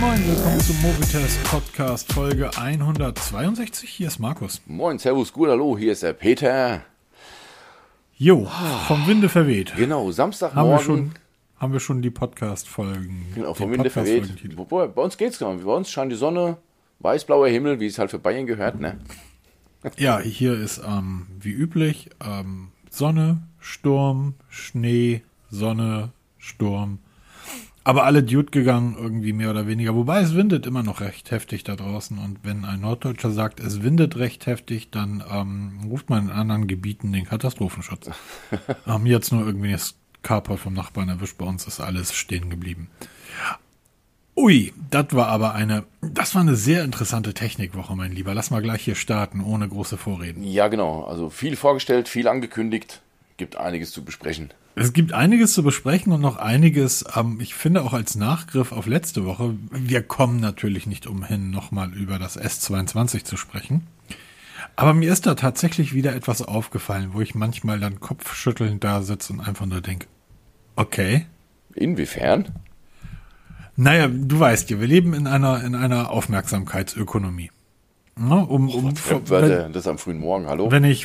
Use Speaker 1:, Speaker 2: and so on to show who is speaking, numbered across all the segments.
Speaker 1: Moin, willkommen zum Mobitest Podcast Folge 162. Hier ist Markus.
Speaker 2: Moin, servus, gut, hallo, hier ist der Peter.
Speaker 1: Jo, vom Winde verweht.
Speaker 2: Genau, Samstagmorgen.
Speaker 1: Haben wir schon die Podcast-Folgen.
Speaker 2: Genau, vom Winde verweht. Bei uns geht's gar nicht. Bei uns scheint die Sonne, weiß-blauer Himmel, wie es halt für Bayern gehört, ne?
Speaker 1: Ja, hier ist wie üblich Sonne, Sturm, Schnee, Sonne, Sturm. Aber alle Dude gegangen, irgendwie mehr oder weniger. Wobei es windet immer noch recht heftig da draußen. Und wenn ein Norddeutscher sagt, es windet recht heftig, dann ruft man in anderen Gebieten den Katastrophenschutz. Haben jetzt nur irgendwie das Carport vom Nachbarn erwischt. Bei uns ist alles stehen geblieben. Ui, das war eine sehr interessante Technikwoche, mein Lieber. Lass mal gleich hier starten, ohne große Vorreden.
Speaker 2: Ja, genau. Also viel vorgestellt, viel angekündigt. Gibt einiges zu besprechen.
Speaker 1: Es gibt einiges zu besprechen und noch einiges, ich finde auch als Nachgriff auf letzte Woche. Wir kommen natürlich nicht umhin, nochmal über das S22 zu sprechen. Aber mir ist da tatsächlich wieder etwas aufgefallen, wo ich manchmal dann kopfschüttelnd da sitze und einfach nur denke, okay.
Speaker 2: Inwiefern?
Speaker 1: Naja, du weißt ja, wir leben in einer Aufmerksamkeitsökonomie. Ja,
Speaker 2: das am frühen Morgen, hallo?
Speaker 1: Wenn ich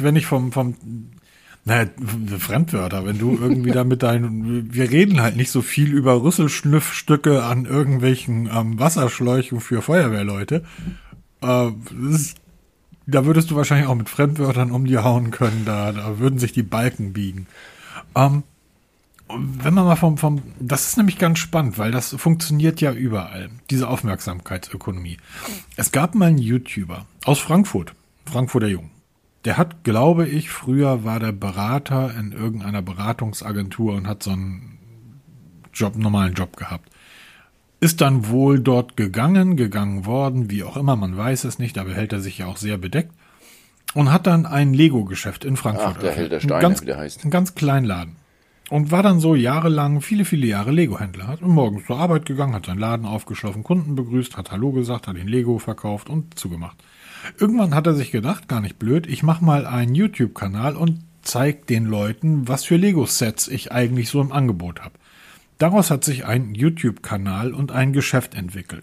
Speaker 1: Fremdwörter, wenn du irgendwie da wir reden halt nicht so viel über Rüsselschnüffstücke an irgendwelchen Wasserschläuchen für Feuerwehrleute. Da würdest du wahrscheinlich auch mit Fremdwörtern um die hauen können, da würden sich die Balken biegen. Wenn man mal das ist nämlich ganz spannend, weil das funktioniert ja überall, diese Aufmerksamkeitsökonomie. Es gab mal einen YouTuber aus Frankfurter Jung. Der hat, glaube ich, früher war der Berater in irgendeiner Beratungsagentur und hat so einen normalen Job gehabt. Ist dann wohl dort gegangen worden, wie auch immer, man weiß es nicht, aber hält er sich ja auch sehr bedeckt. Und hat dann ein Lego-Geschäft in Frankfurt.
Speaker 2: Ach, der Held der Steine, wie der heißt.
Speaker 1: Einen ganz kleinen Laden. Und war dann so jahrelang, viele Jahre Lego-Händler. Hat morgens zur Arbeit gegangen, hat seinen Laden aufgeschlossen, Kunden begrüßt, hat Hallo gesagt, hat den Lego verkauft und zugemacht. Irgendwann hat er sich gedacht, gar nicht blöd, ich mache mal einen YouTube-Kanal und zeige den Leuten, was für Lego-Sets ich eigentlich so im Angebot habe. Daraus hat sich ein YouTube-Kanal und ein Geschäft entwickelt.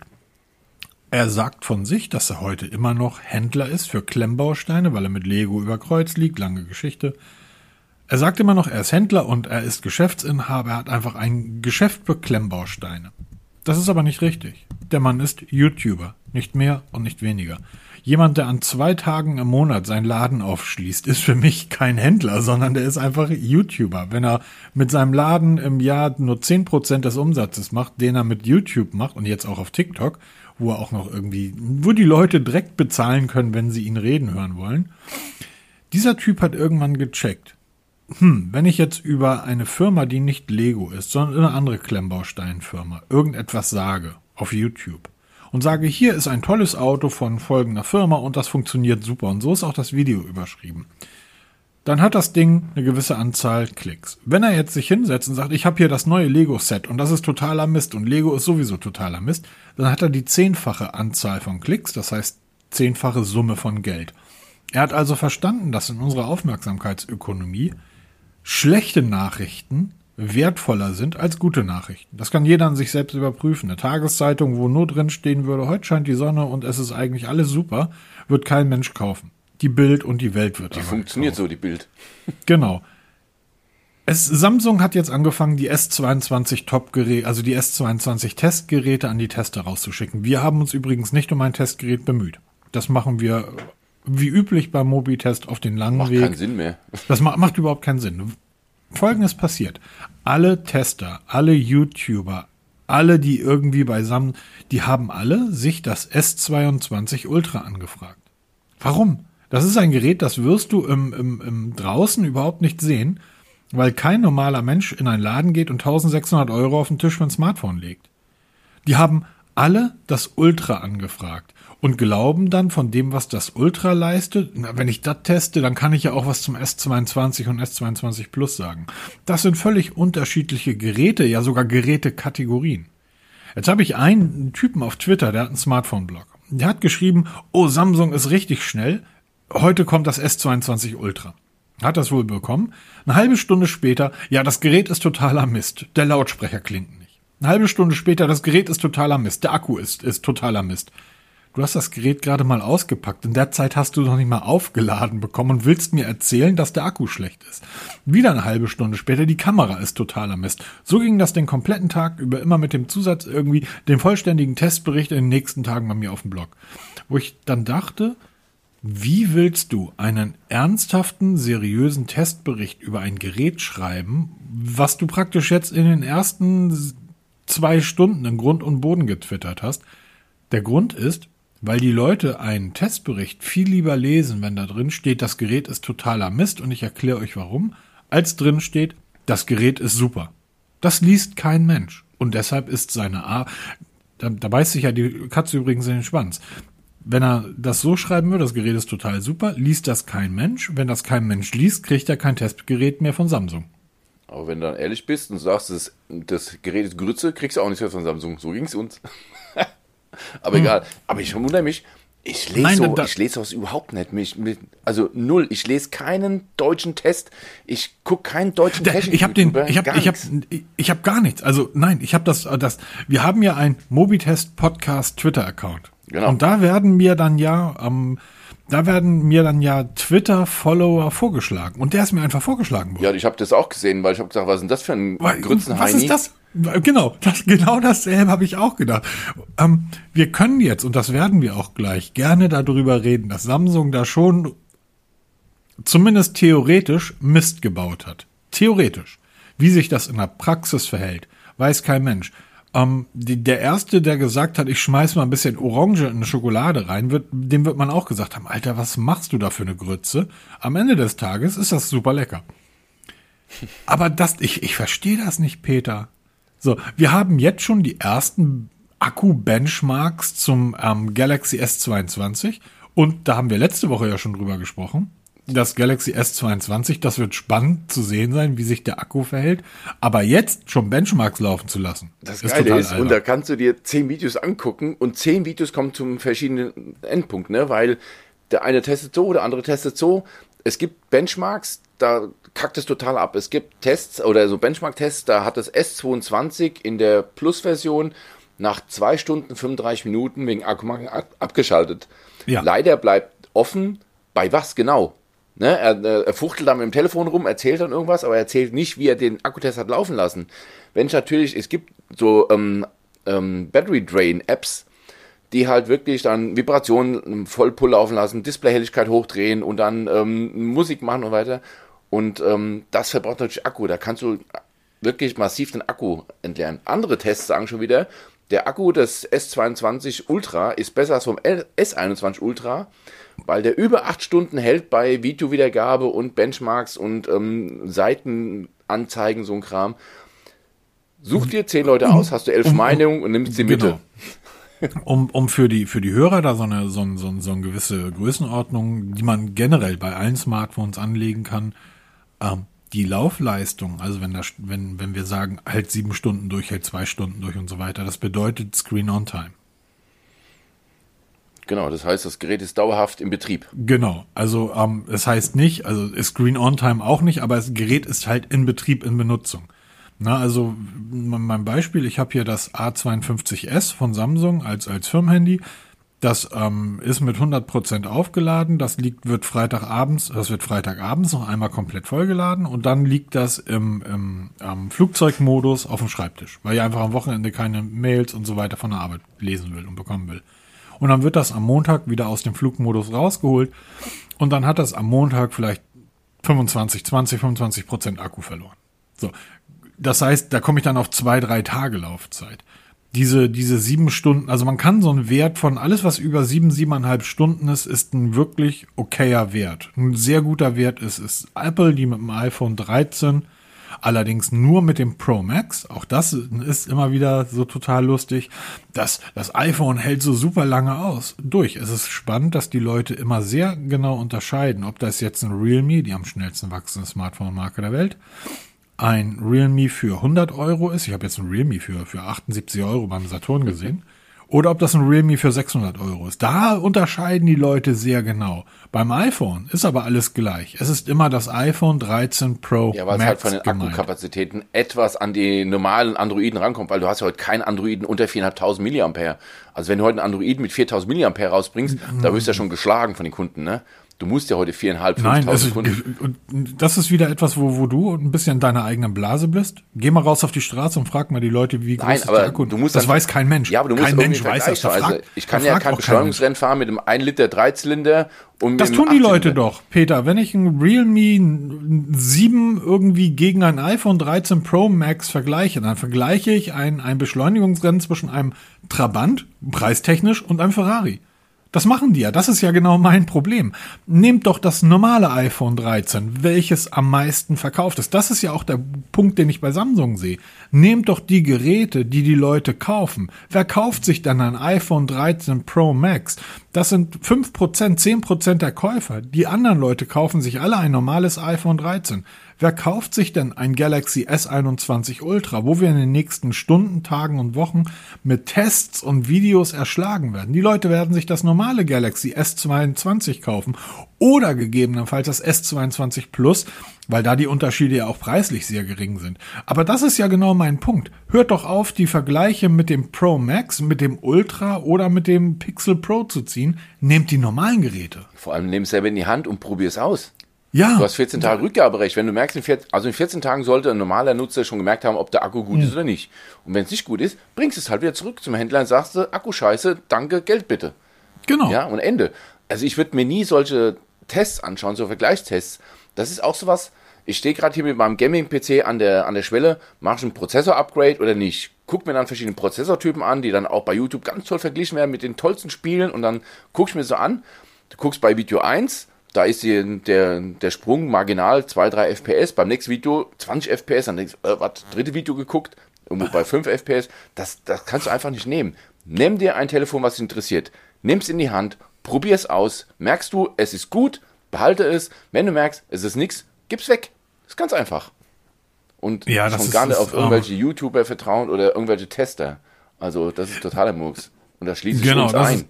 Speaker 1: Er sagt von sich, dass er heute immer noch Händler ist für Klemmbausteine, weil er mit Lego über Kreuz liegt, lange Geschichte. Er sagt immer noch, er ist Händler und er ist Geschäftsinhaber, er hat einfach ein Geschäft für Klemmbausteine. Das ist aber nicht richtig. Der Mann ist YouTuber, nicht mehr und nicht weniger. Jemand, der an 2 Tagen im Monat seinen Laden aufschließt, ist für mich kein Händler, sondern der ist einfach YouTuber. Wenn er mit seinem Laden im Jahr nur 10% des Umsatzes macht, den er mit YouTube macht und jetzt auch auf TikTok, wo er auch noch wo die Leute direkt bezahlen können, wenn sie ihn reden hören wollen. Dieser Typ hat irgendwann gecheckt. Wenn ich jetzt über eine Firma, die nicht Lego ist, sondern eine andere Klemmbausteinfirma, irgendetwas sage auf YouTube und sage, hier ist ein tolles Auto von folgender Firma und das funktioniert super und so ist auch das Video überschrieben, dann hat das Ding eine gewisse Anzahl Klicks. Wenn er jetzt sich hinsetzt und sagt, ich habe hier das neue Lego-Set und das ist totaler Mist und Lego ist sowieso totaler Mist, dann hat er die 10-fache Anzahl von Klicks, das heißt 10-fache Summe von Geld. Er hat also verstanden, dass in unserer Aufmerksamkeitsökonomie schlechte Nachrichten wertvoller sind als gute Nachrichten. Das kann jeder an sich selbst überprüfen. Eine Tageszeitung, wo nur drin stehen würde, heute scheint die Sonne und es ist eigentlich alles super, wird kein Mensch kaufen. Die Bild und die Welt wird
Speaker 2: die funktioniert kaufen. So, die Bild.
Speaker 1: Genau. Samsung hat jetzt angefangen, die S22 Top-Geräte, also die S22 Testgeräte an die Tester rauszuschicken. Wir haben uns übrigens nicht um ein Testgerät bemüht. Das machen wir wie üblich beim Mobitest auf den langen Weg.
Speaker 2: Macht keinen Sinn mehr.
Speaker 1: Das macht überhaupt keinen Sinn. Folgendes passiert. Alle Tester, alle YouTuber, alle, die irgendwie beisammen, die haben alle sich das S22 Ultra angefragt. Warum? Das ist ein Gerät, das wirst du im draußen überhaupt nicht sehen, weil kein normaler Mensch in einen Laden geht und 1.600 € auf den Tisch für ein Smartphone legt. Die haben alle das Ultra angefragt und glauben dann von dem, was das Ultra leistet, wenn ich das teste, dann kann ich ja auch was zum S22 und S22 Plus sagen. Das sind völlig unterschiedliche Geräte, ja sogar Gerätekategorien. Jetzt habe ich einen Typen auf Twitter, der hat einen Smartphone-Blog. Der hat geschrieben, oh, Samsung ist richtig schnell, heute kommt das S22 Ultra. Hat das wohl bekommen. Eine halbe Stunde später, ja, das Gerät ist totaler Mist, der Lautsprecher klingt nicht. Eine halbe Stunde später, das Gerät ist totaler Mist. Der Akku ist totaler Mist. Du hast das Gerät gerade mal ausgepackt. In der Zeit hast du noch nicht mal aufgeladen bekommen und willst mir erzählen, dass der Akku schlecht ist. Wieder eine halbe Stunde später, die Kamera ist totaler Mist. So ging das den kompletten Tag über, immer mit dem Zusatz irgendwie, den vollständigen Testbericht in den nächsten Tagen bei mir auf dem Blog. Wo ich dann dachte, wie willst du einen ernsthaften, seriösen Testbericht über ein Gerät schreiben, was du praktisch jetzt in den ersten 2 Stunden in Grund und Boden getwittert hast? Der Grund ist, weil die Leute einen Testbericht viel lieber lesen, wenn da drin steht, das Gerät ist totaler Mist, und ich erkläre euch warum, als drin steht, das Gerät ist super. Das liest kein Mensch. Und deshalb ist seine da beißt sich ja die Katze übrigens in den Schwanz. Wenn er das so schreiben würde, das Gerät ist total super, liest das kein Mensch. Wenn das kein Mensch liest, kriegt er kein Testgerät mehr von Samsung.
Speaker 2: Aber wenn du dann ehrlich bist und sagst, das Gerät ist Grütze, kriegst du auch nichts mehr von Samsung. So ging es uns. Aber egal. Aber ich wundere mich, ich lese sowas überhaupt nicht. Also null. Ich lese keinen deutschen Test. Ich gucke keinen deutschen Test.
Speaker 1: Ich habe gar nichts. Also nein, ich habe das. Wir haben ja einen Mobitest Podcast Twitter-Account. Genau. Und da werden mir dann ja Twitter-Follower vorgeschlagen. Und der ist mir einfach vorgeschlagen worden.
Speaker 2: Ja, ich habe das auch gesehen, weil ich habe gesagt, was ist denn das für ein Grützenheini?
Speaker 1: Was ist das? Genau dasselbe habe ich auch gedacht. Wir können jetzt, und das werden wir auch gleich, gerne darüber reden, dass Samsung da schon zumindest theoretisch Mist gebaut hat. Theoretisch. Wie sich das in der Praxis verhält, weiß kein Mensch. Der Erste, der gesagt hat, ich schmeiß mal ein bisschen Orange in eine Schokolade rein, dem wird man auch gesagt haben, Alter, was machst du da für eine Grütze? Am Ende des Tages ist das super lecker. Aber ich verstehe das nicht, Peter. So, wir haben jetzt schon die ersten Akku-Benchmarks zum Galaxy S22 und da haben wir letzte Woche ja schon drüber gesprochen. Das Galaxy S22, das wird spannend zu sehen sein, wie sich der Akku verhält. Aber jetzt schon Benchmarks laufen zu lassen,
Speaker 2: das Geile ist, und da kannst du dir 10 Videos angucken und 10 Videos kommen zum verschiedenen Endpunkt, ne? Weil der eine testet so, der andere testet so. Es gibt Benchmarks, da kackt es total ab. Es gibt Tests oder so Benchmark-Tests, da hat das S22 in der Plus-Version nach 2 Stunden 35 Minuten wegen Akkumangel abgeschaltet. Ja. Leider bleibt offen, bei was genau. Ne? Er fuchtelt da mit dem Telefon rum, erzählt dann irgendwas, aber er erzählt nicht, wie er den Akkutest hat laufen lassen. Es gibt so Battery Drain Apps, die halt wirklich dann Vibrationen Vollpull laufen lassen, Displayhelligkeit hochdrehen und dann Musik machen und weiter. Und das verbraucht natürlich Akku. Da kannst du wirklich massiv den Akku entleeren. Andere Tests sagen schon wieder, der Akku des S22 Ultra ist besser als vom S21 Ultra, weil der über 8 Stunden hält bei Videowiedergabe und Benchmarks und Seitenanzeigen, so ein Kram. Such dir 10 Leute aus, hast du 11 Meinungen und nimmst sie mit.
Speaker 1: Genau. Um für die Hörer da so eine gewisse Größenordnung, die man generell bei allen Smartphones anlegen kann, die Laufleistung, also wenn wir sagen, halt 7 Stunden durch, halt 2 Stunden durch und so weiter, das bedeutet Screen-on-Time.
Speaker 2: Genau, das heißt, das Gerät ist dauerhaft im Betrieb.
Speaker 1: Genau, also es heißt nicht, also Screen-on-Time auch nicht, aber das Gerät ist halt in Betrieb, in Benutzung. Na, also mein Beispiel, ich habe hier das A52s von Samsung als Firmenhandy. Das ist mit 100% aufgeladen. Das wird Freitagabends noch einmal komplett vollgeladen und dann liegt das im Flugzeugmodus auf dem Schreibtisch, weil ich einfach am Wochenende keine Mails und so weiter von der Arbeit lesen will und bekommen will. Und dann wird das am Montag wieder aus dem Flugmodus rausgeholt und dann hat das am Montag vielleicht 25% Akku verloren. So. Das heißt, da komme ich dann auf 2-3 Tage Laufzeit. Diese 7 Stunden, also man kann so einen Wert von alles, was über 7,5 Stunden ist ein wirklich okayer Wert. Ein sehr guter Wert ist Apple, die mit dem iPhone 13, allerdings nur mit dem Pro Max. Auch das ist immer wieder so total lustig. Das iPhone hält so super lange durch. Es ist spannend, dass die Leute immer sehr genau unterscheiden, ob das jetzt ein Realme, die am schnellsten wachsende Smartphone-Marke der Welt, ein Realme für 100 € ist. Ich habe jetzt ein Realme für 78 € beim Saturn gesehen. oder ob das ein Realme für 600 Euro ist. Da unterscheiden die Leute sehr genau. Beim iPhone ist aber alles gleich. Es ist immer das iPhone 13 Pro Max.
Speaker 2: Ja, weil es halt von den Akkukapazitäten etwas an die normalen Androiden rankommt, weil du hast ja heute keinen Androiden unter 4.500 Milliampere. Also wenn du heute einen Androiden mit 4.000 Milliampere rausbringst, da wirst du ja schon geschlagen von den Kunden, ne? Du musst ja heute 4.500, 5.000 Kunden.
Speaker 1: Das ist wieder etwas, wo du ein bisschen in deiner eigenen Blase bist. Geh mal raus auf die Straße und frag mal die Leute, wie groß ist der Akku. Das weiß kein Mensch.
Speaker 2: Ja, aber du musst
Speaker 1: kein Mensch weiß das.
Speaker 2: Also ich kann ja kein Beschleunigungsrennen fahren mit einem 1 Liter Dreizylinder. Und
Speaker 1: das tun die Leute doch, Peter. Wenn ich ein Realme 7 irgendwie gegen ein iPhone 13 Pro Max vergleiche, dann vergleiche ich ein Beschleunigungsrennen zwischen einem Trabant, preistechnisch, und einem Ferrari. Das machen die ja. Das ist ja genau mein Problem. Nehmt doch das normale iPhone 13, welches am meisten verkauft ist. Das ist ja auch der Punkt, den ich bei Samsung sehe. Nehmt doch die Geräte, die die Leute kaufen. Wer kauft sich dann ein iPhone 13 Pro Max? Das sind 5%, 10% der Käufer. Die anderen Leute kaufen sich alle ein normales iPhone 13. Wer kauft sich denn ein Galaxy S21 Ultra, wo wir in den nächsten Stunden, Tagen und Wochen mit Tests und Videos erschlagen werden? Die Leute werden sich das normale Galaxy S22 kaufen oder gegebenenfalls das S22 Plus, weil da die Unterschiede ja auch preislich sehr gering sind. Aber das ist ja genau mein Punkt. Hört doch auf, die Vergleiche mit dem Pro Max, mit dem Ultra oder mit dem Pixel Pro zu ziehen. Nehmt die normalen Geräte.
Speaker 2: Vor allem nimm es selber in die Hand und probier es aus.
Speaker 1: Ja.
Speaker 2: Du hast 14 Tage Rückgaberecht. Wenn du merkst, in 14 Tagen sollte ein normaler Nutzer schon gemerkt haben, ob der Akku gut ist oder nicht. Und wenn es nicht gut ist, bringst du es halt wieder zurück zum Händler und sagst du, Akku scheiße, danke, Geld bitte.
Speaker 1: Genau.
Speaker 2: Ja, und Ende. Also ich würde mir nie solche Tests anschauen, so Vergleichstests. Das ist auch sowas, ich stehe gerade hier mit meinem Gaming-PC an der Schwelle, mache ich ein Prozessor-Upgrade oder nicht? Guck mir dann verschiedene Prozessortypen an, die dann auch bei YouTube ganz toll verglichen werden mit den tollsten Spielen und dann guck ich mir so an. Du guckst bei Video 1, da ist der Sprung marginal 2-3 FPS, beim nächsten Video 20 FPS, dann denkst du, dritte Video geguckt, irgendwo bei 5 FPS, das kannst du einfach nicht nehmen. Nimm dir ein Telefon, was dich interessiert, nimm es in die Hand, probier es aus, merkst du, es ist gut, behalte es, wenn du merkst, es ist nichts, gib's weg. Das ist ganz einfach. Und
Speaker 1: ja,
Speaker 2: schon gar nicht auf irgendwelche YouTuber vertrauen oder irgendwelche Tester. Also das ist totaler Murks. Und da schließe ich uns ein.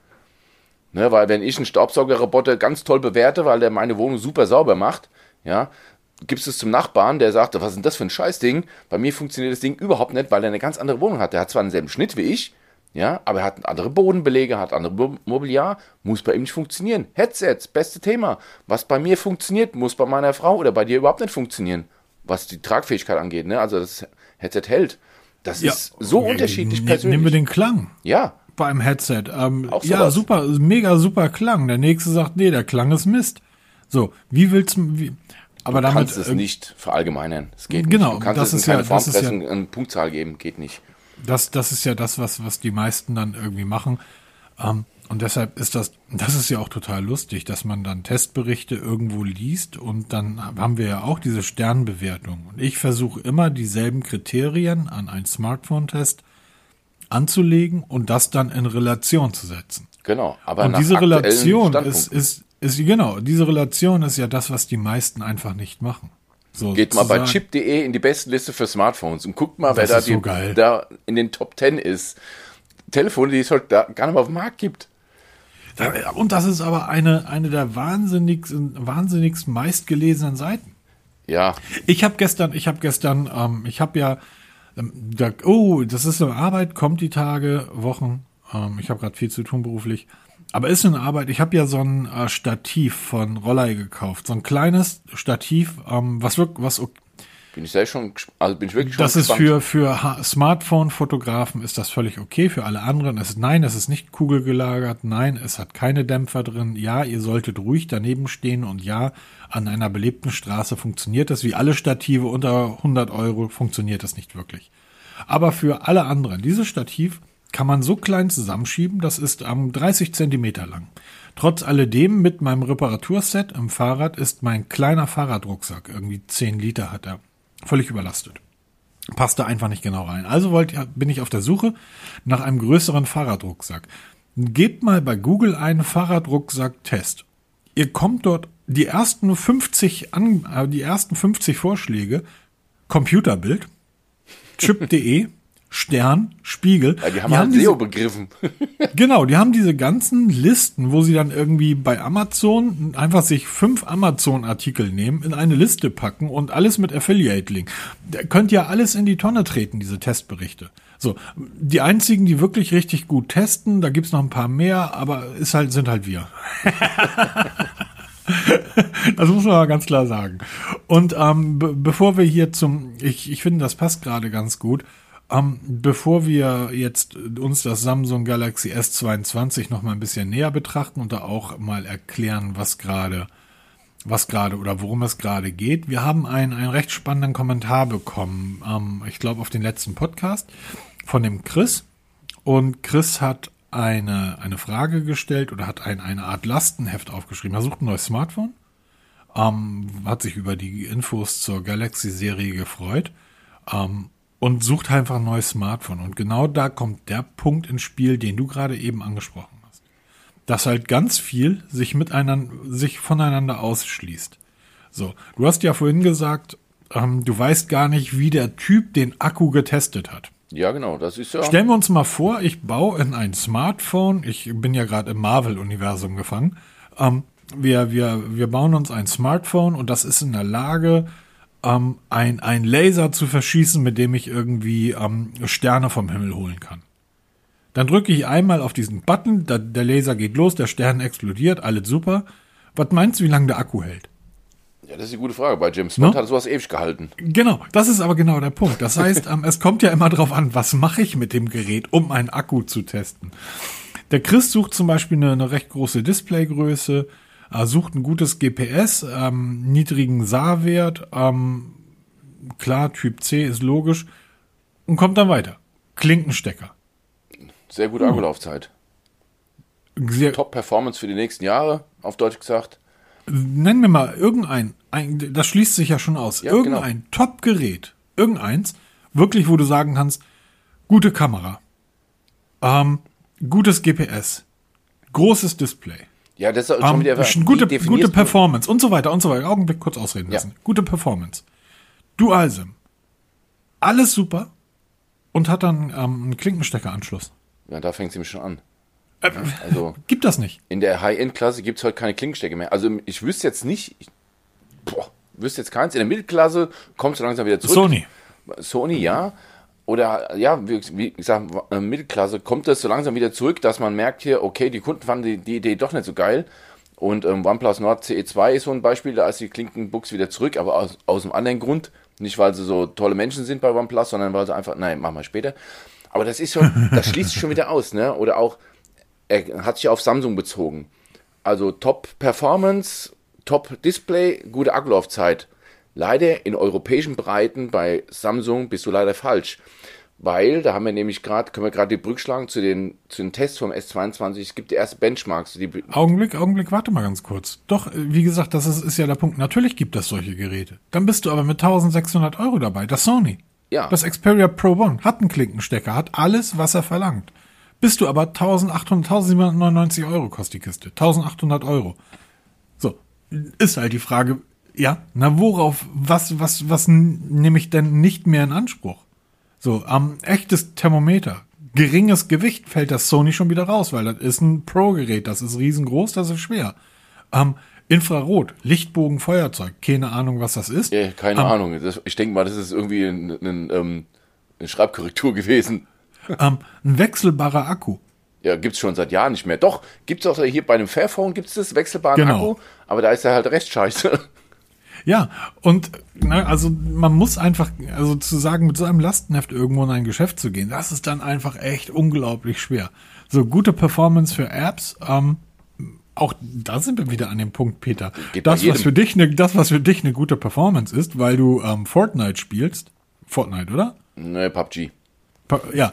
Speaker 2: Ne, weil wenn ich einen Staubsaugerroboter ganz toll bewerte, weil der meine Wohnung super sauber macht, ja, gibst es zum Nachbarn, der sagt, was ist denn das für ein Scheißding? Bei mir funktioniert das Ding überhaupt nicht, weil er eine ganz andere Wohnung hat. Der hat zwar denselben Schnitt wie ich, ja, aber er hat andere Bodenbelege, hat andere Mobiliar, muss bei ihm nicht funktionieren. Headsets, beste Thema. Was bei mir funktioniert, muss bei meiner Frau oder bei dir überhaupt nicht funktionieren. Was die Tragfähigkeit angeht, ne? Also das Headset hält. Das ist so unterschiedlich persönlich.
Speaker 1: Nehmen wir den Klang.
Speaker 2: Ja.
Speaker 1: Beim Headset. Ja, super, mega super Klang. Der nächste sagt, nee, der Klang ist Mist. So, wie willst du, aber
Speaker 2: du
Speaker 1: damit.
Speaker 2: kannst es nicht verallgemeinern. Es geht
Speaker 1: genau,
Speaker 2: nicht. Du kannst
Speaker 1: das
Speaker 2: es in keine Form pressen, eine Punktzahl geben, geht nicht.
Speaker 1: Das ist ja das, was die meisten dann irgendwie machen. Und deshalb ist das ist ja auch total lustig, dass man dann Testberichte irgendwo liest und dann haben wir ja auch diese Sternbewertung. Und ich versuche immer dieselben Kriterien an einen Smartphone-Test anzulegen und das dann in Relation zu setzen.
Speaker 2: Genau, aber
Speaker 1: und diese Relation ist diese Relation ist ja das, was die meisten einfach nicht machen. So,
Speaker 2: geht mal bei chip.de in die besten Liste für Smartphones und guckt mal, wer da in den Top 10 ist. Telefone, die es heute gar nicht mehr auf dem Markt gibt.
Speaker 1: Und das ist aber eine der wahnsinnigst meistgelesenen Seiten.
Speaker 2: Ja.
Speaker 1: Ich habe das ist eine Arbeit, kommt die Tage, Wochen. Ich habe gerade viel zu tun beruflich. Aber ist eine Arbeit. Ich habe ja so ein Stativ von Rollei gekauft. So ein kleines Stativ,
Speaker 2: bin ich wirklich schon
Speaker 1: das ist für Smartphone-Fotografen ist das völlig okay. Für alle anderen es ist nicht kugelgelagert. Nein, es hat keine Dämpfer drin. Ja, ihr solltet ruhig daneben stehen. Und ja, an einer belebten Straße funktioniert das. Wie alle Stative unter 100 Euro funktioniert das nicht wirklich. Aber für alle anderen, dieses Stativ kann man so klein zusammenschieben, das ist 30 Zentimeter lang. Trotz alledem mit meinem Reparaturset im Fahrrad ist mein kleiner Fahrradrucksack, irgendwie 10 Liter hat er, völlig überlastet. Passt da einfach nicht genau rein. Also bin ich auf der Suche nach einem größeren Fahrradrucksack. Gebt mal bei Google einen Fahrradrucksack-Test. Ihr kommt dort die ersten 50 Vorschläge, Computerbild, chip.de, Stern, Spiegel.
Speaker 2: Ja, die haben halt SEO begriffen.
Speaker 1: Genau, die haben diese ganzen Listen, wo sie dann irgendwie bei Amazon einfach sich 5 Amazon-Artikel nehmen, in eine Liste packen und alles mit Affiliate-Link. Da könnt ihr alles in die Tonne treten, diese Testberichte. So, die einzigen, die wirklich richtig gut testen, da gibt's noch ein paar mehr, aber sind halt wir. Das muss man mal ganz klar sagen. Und bevor wir hier ich finde, das passt gerade ganz gut, bevor wir jetzt uns das Samsung Galaxy S22 noch mal ein bisschen näher betrachten und da auch mal erklären, was gerade oder worum es gerade geht. Wir haben einen recht spannenden Kommentar bekommen, ich glaube auf den letzten Podcast von dem Chris. Und Chris hat eine Frage gestellt oder hat eine Art Lastenheft aufgeschrieben. Er sucht ein neues Smartphone, hat sich über die Infos zur Galaxy-Serie gefreut, und sucht einfach ein neues Smartphone. Und genau da kommt der Punkt ins Spiel, den du gerade eben angesprochen hast. Dass halt ganz viel sich voneinander ausschließt. So, du hast ja vorhin gesagt, du weißt gar nicht, wie der Typ den Akku getestet hat.
Speaker 2: Ja, genau, das ist ja...
Speaker 1: Stellen wir uns mal vor, ich baue in ein Smartphone, ich bin ja gerade im Marvel-Universum gefangen, wir bauen uns ein Smartphone und das ist in der Lage, ein Laser zu verschießen, mit dem ich irgendwie Sterne vom Himmel holen kann. Dann drücke ich einmal auf diesen Button, der Laser geht los, der Stern explodiert, alles super. Was meinst du, wie lange der Akku hält?
Speaker 2: Ja, das ist eine gute Frage. Bei James Bond hat sowas ewig gehalten.
Speaker 1: Genau, das ist aber genau der Punkt. Das heißt, es kommt ja immer drauf an, was mache ich mit dem Gerät, um einen Akku zu testen. Der Chris sucht zum Beispiel eine recht große Displaygröße, sucht ein gutes GPS, niedrigen SAR-Wert, klar, Typ C ist logisch und kommt dann weiter. Klinkenstecker.
Speaker 2: Sehr gute Akkulaufzeit. Top-Performance für die nächsten Jahre, auf Deutsch gesagt.
Speaker 1: Nenn mir mal das schließt sich ja schon aus,
Speaker 2: ja,
Speaker 1: irgendein Top-Gerät, irgendeins, wirklich, wo du sagen kannst, gute Kamera, gutes GPS, großes Display.
Speaker 2: Ja, das ist schon wieder
Speaker 1: gute Performance und so weiter. Augenblick, kurz ausreden lassen. Ja. Gute Performance. Dual-SIM. Alles super und hat dann einen Klinkensteckeranschluss.
Speaker 2: Ja, da fängt es nämlich schon an.
Speaker 1: Also, gibt das nicht.
Speaker 2: In der High-End-Klasse gibt es heute keine Klinkenstecke mehr. Also ich wüsste jetzt nicht, wüsste jetzt keins. In der Mittelklasse kommt es langsam wieder zurück. Sony, ja. Oder ja, wie gesagt, Mittelklasse kommt es so langsam wieder zurück, dass man merkt hier, okay, die Kunden fanden die Idee doch nicht so geil. Und OnePlus Nord CE2 ist so ein Beispiel, da ist die Klinkenbuchse wieder zurück, aber aus einem anderen Grund. Nicht, weil sie so tolle Menschen sind bei OnePlus, sondern weil sie einfach, nein, machen wir später. Aber das ist schon, das schließt sich schon wieder aus, ne? Oder auch, er hat sich auf Samsung bezogen. Also Top-Performance, Top-Display, gute Akkulaufzeit. Leider in europäischen Breiten bei Samsung bist du leider falsch. Weil, da haben wir nämlich können wir gerade die Brücke schlagen zu den Tests vom S22. Es gibt die ersten Benchmarks.
Speaker 1: Augenblick, warte mal ganz kurz. Doch, wie gesagt, das ist ja der Punkt. Natürlich gibt es solche Geräte. Dann bist du aber mit 1.600 € dabei. Das Sony.
Speaker 2: Ja.
Speaker 1: Das Xperia Pro One hat einen Klinkenstecker, hat alles, was er verlangt. Bist du aber 1.799 € kostet die Kiste. 1.800 €. So, ist halt die Frage, ja, was nehme ich denn nicht mehr in Anspruch? So, echtes Thermometer, geringes Gewicht fällt das Sony schon wieder raus, weil das ist ein Pro-Gerät, das ist riesengroß, das ist schwer. Infrarot, Lichtbogen, Feuerzeug, keine Ahnung, was das ist.
Speaker 2: Ja, keine Ahnung, ich denke mal, das ist irgendwie eine Schreibkorrektur gewesen.
Speaker 1: Ein wechselbarer Akku.
Speaker 2: Ja, gibt's schon seit Jahren nicht mehr. Doch, gibt's auch hier bei einem Fairphone gibt's das, wechselbaren Akku, aber da ist ja halt Restscheiße.
Speaker 1: Ja, und also man muss einfach, also zu sagen, mit so einem Lastenheft irgendwo in ein Geschäft zu gehen, das ist dann einfach echt unglaublich schwer. So gute Performance für Apps, auch da sind wir wieder an dem Punkt, Peter. Das, was für dich eine gute Performance ist, weil du Fortnite spielst. Fortnite, oder?
Speaker 2: Ne, PUBG.
Speaker 1: Ja.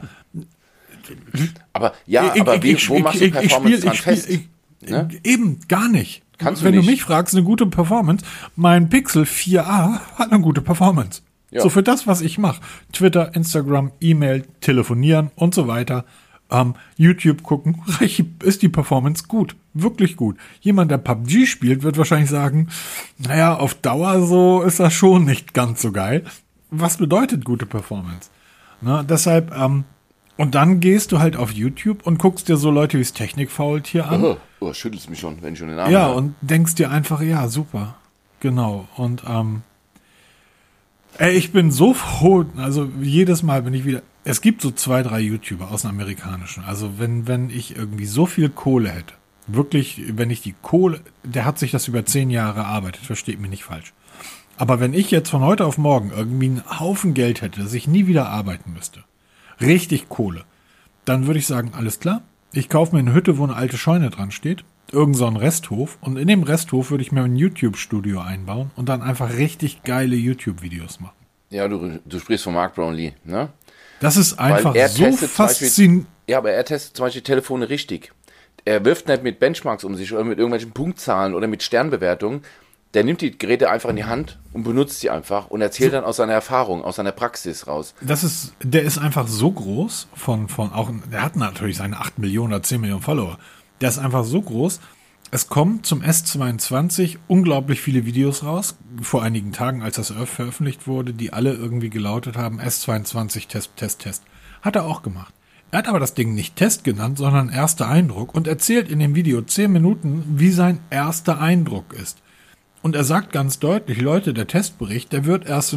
Speaker 2: Aber wo machst du Performance dran fest? Ne?
Speaker 1: Eben, gar nicht.
Speaker 2: Wenn
Speaker 1: du mich fragst, eine gute Performance, mein Pixel 4a hat eine gute Performance. Ja. So für das, was ich mache. Twitter, Instagram, E-Mail, telefonieren und so weiter. YouTube gucken, ist die Performance gut. Wirklich gut. Jemand, der PUBG spielt, wird wahrscheinlich sagen, naja, auf Dauer so ist das schon nicht ganz so geil. Was bedeutet gute Performance? Ne, deshalb, und dann gehst du halt auf YouTube und guckst dir so Leute wie das Technikfaultier an.
Speaker 2: Schüttelst mich schon, wenn ich schon den Namen
Speaker 1: Ja,
Speaker 2: höre.
Speaker 1: und denkst dir einfach, ja, super. Genau. Und ich bin so froh, also jedes Mal bin ich wieder. Es gibt so 2, 3 YouTuber aus dem Amerikanischen. Also wenn ich irgendwie so viel Kohle hätte, wirklich, wenn ich die Kohle, der hat sich das über 10 Jahre erarbeitet, versteht mich nicht falsch. Aber wenn ich jetzt von heute auf morgen irgendwie einen Haufen Geld hätte, dass ich nie wieder arbeiten müsste, richtig Kohle, dann würde ich sagen, alles klar, ich kaufe mir eine Hütte, wo eine alte Scheune dran steht, irgend so einen Resthof, und in dem Resthof würde ich mir ein YouTube-Studio einbauen und dann einfach richtig geile YouTube-Videos machen.
Speaker 2: Ja, du sprichst von Mark Brownlee, ne?
Speaker 1: Das ist einfach
Speaker 2: er
Speaker 1: so faszinierend.
Speaker 2: Ja, aber er testet zum Beispiel Telefone richtig. Er wirft nicht mit Benchmarks um sich oder mit irgendwelchen Punktzahlen oder mit Sternbewertungen. Der nimmt die Geräte einfach in die Hand und benutzt sie einfach und erzählt dann aus seiner Erfahrung, aus seiner Praxis raus.
Speaker 1: Der ist einfach so groß der hat natürlich seine 8 Millionen oder 10 Millionen Follower. Der ist einfach so groß. Es kommen zum S22 unglaublich viele Videos raus, vor einigen Tagen, als das veröffentlicht wurde, die alle irgendwie gelautet haben, S22 Test. Hat er auch gemacht. Er hat aber das Ding nicht Test genannt, sondern erster Eindruck und erzählt in dem Video 10 Minuten, wie sein erster Eindruck ist. Und er sagt ganz deutlich, Leute, der Testbericht, der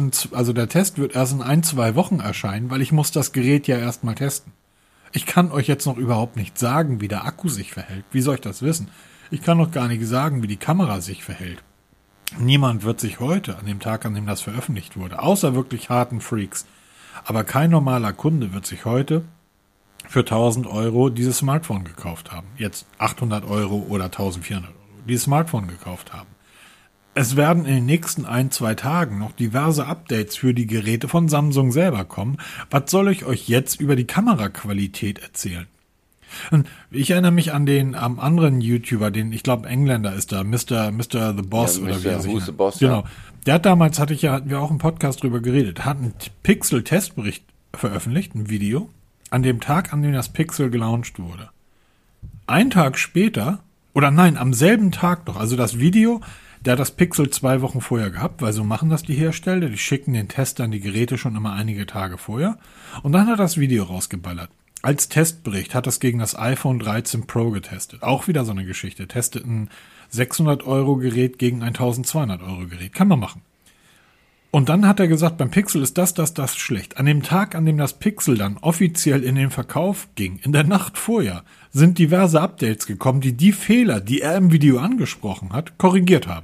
Speaker 1: Test wird erst in 1, 2 Wochen erscheinen, weil ich muss das Gerät ja erstmal testen. Ich kann euch jetzt noch überhaupt nicht sagen, wie der Akku sich verhält. Wie soll ich das wissen? Ich kann noch gar nicht sagen, wie die Kamera sich verhält. Niemand wird sich heute, an dem Tag, an dem das veröffentlicht wurde, außer wirklich harten Freaks, aber kein normaler Kunde wird sich heute für 1.000 Euro dieses Smartphone gekauft haben. Jetzt 800 Euro oder 1.400 Euro dieses Smartphone gekauft haben. Es werden in den nächsten 1, 2 Tagen noch diverse Updates für die Geräte von Samsung selber kommen. Was soll ich euch jetzt über die Kameraqualität erzählen? Und ich erinnere mich an den anderen YouTuber, den, ich glaube, Engländer ist da, Mr. The Boss,
Speaker 2: ja,
Speaker 1: oder wie er sich
Speaker 2: nennt.
Speaker 1: nennt.
Speaker 2: Boss,
Speaker 1: genau. Der hat damals, hatten wir auch einen Podcast drüber geredet, hat einen Pixel-Testbericht veröffentlicht, ein Video, an dem Tag, an dem das Pixel gelauncht wurde. Ein Tag später, oder nein, am selben Tag noch, also das Video, der hat das Pixel 2 Wochen vorher gehabt, weil so machen das die Hersteller, die schicken den Testern die Geräte schon immer einige Tage vorher, und dann hat er das Video rausgeballert. Als Testbericht hat das gegen das iPhone 13 Pro getestet. Auch wieder so eine Geschichte. Testet ein 600 Euro Gerät gegen ein 1200 Euro Gerät. Kann man machen. Und dann hat er gesagt, beim Pixel ist das schlecht. An dem Tag, an dem das Pixel dann offiziell in den Verkauf ging, in der Nacht vorher, sind diverse Updates gekommen, die Fehler, die er im Video angesprochen hat, korrigiert haben.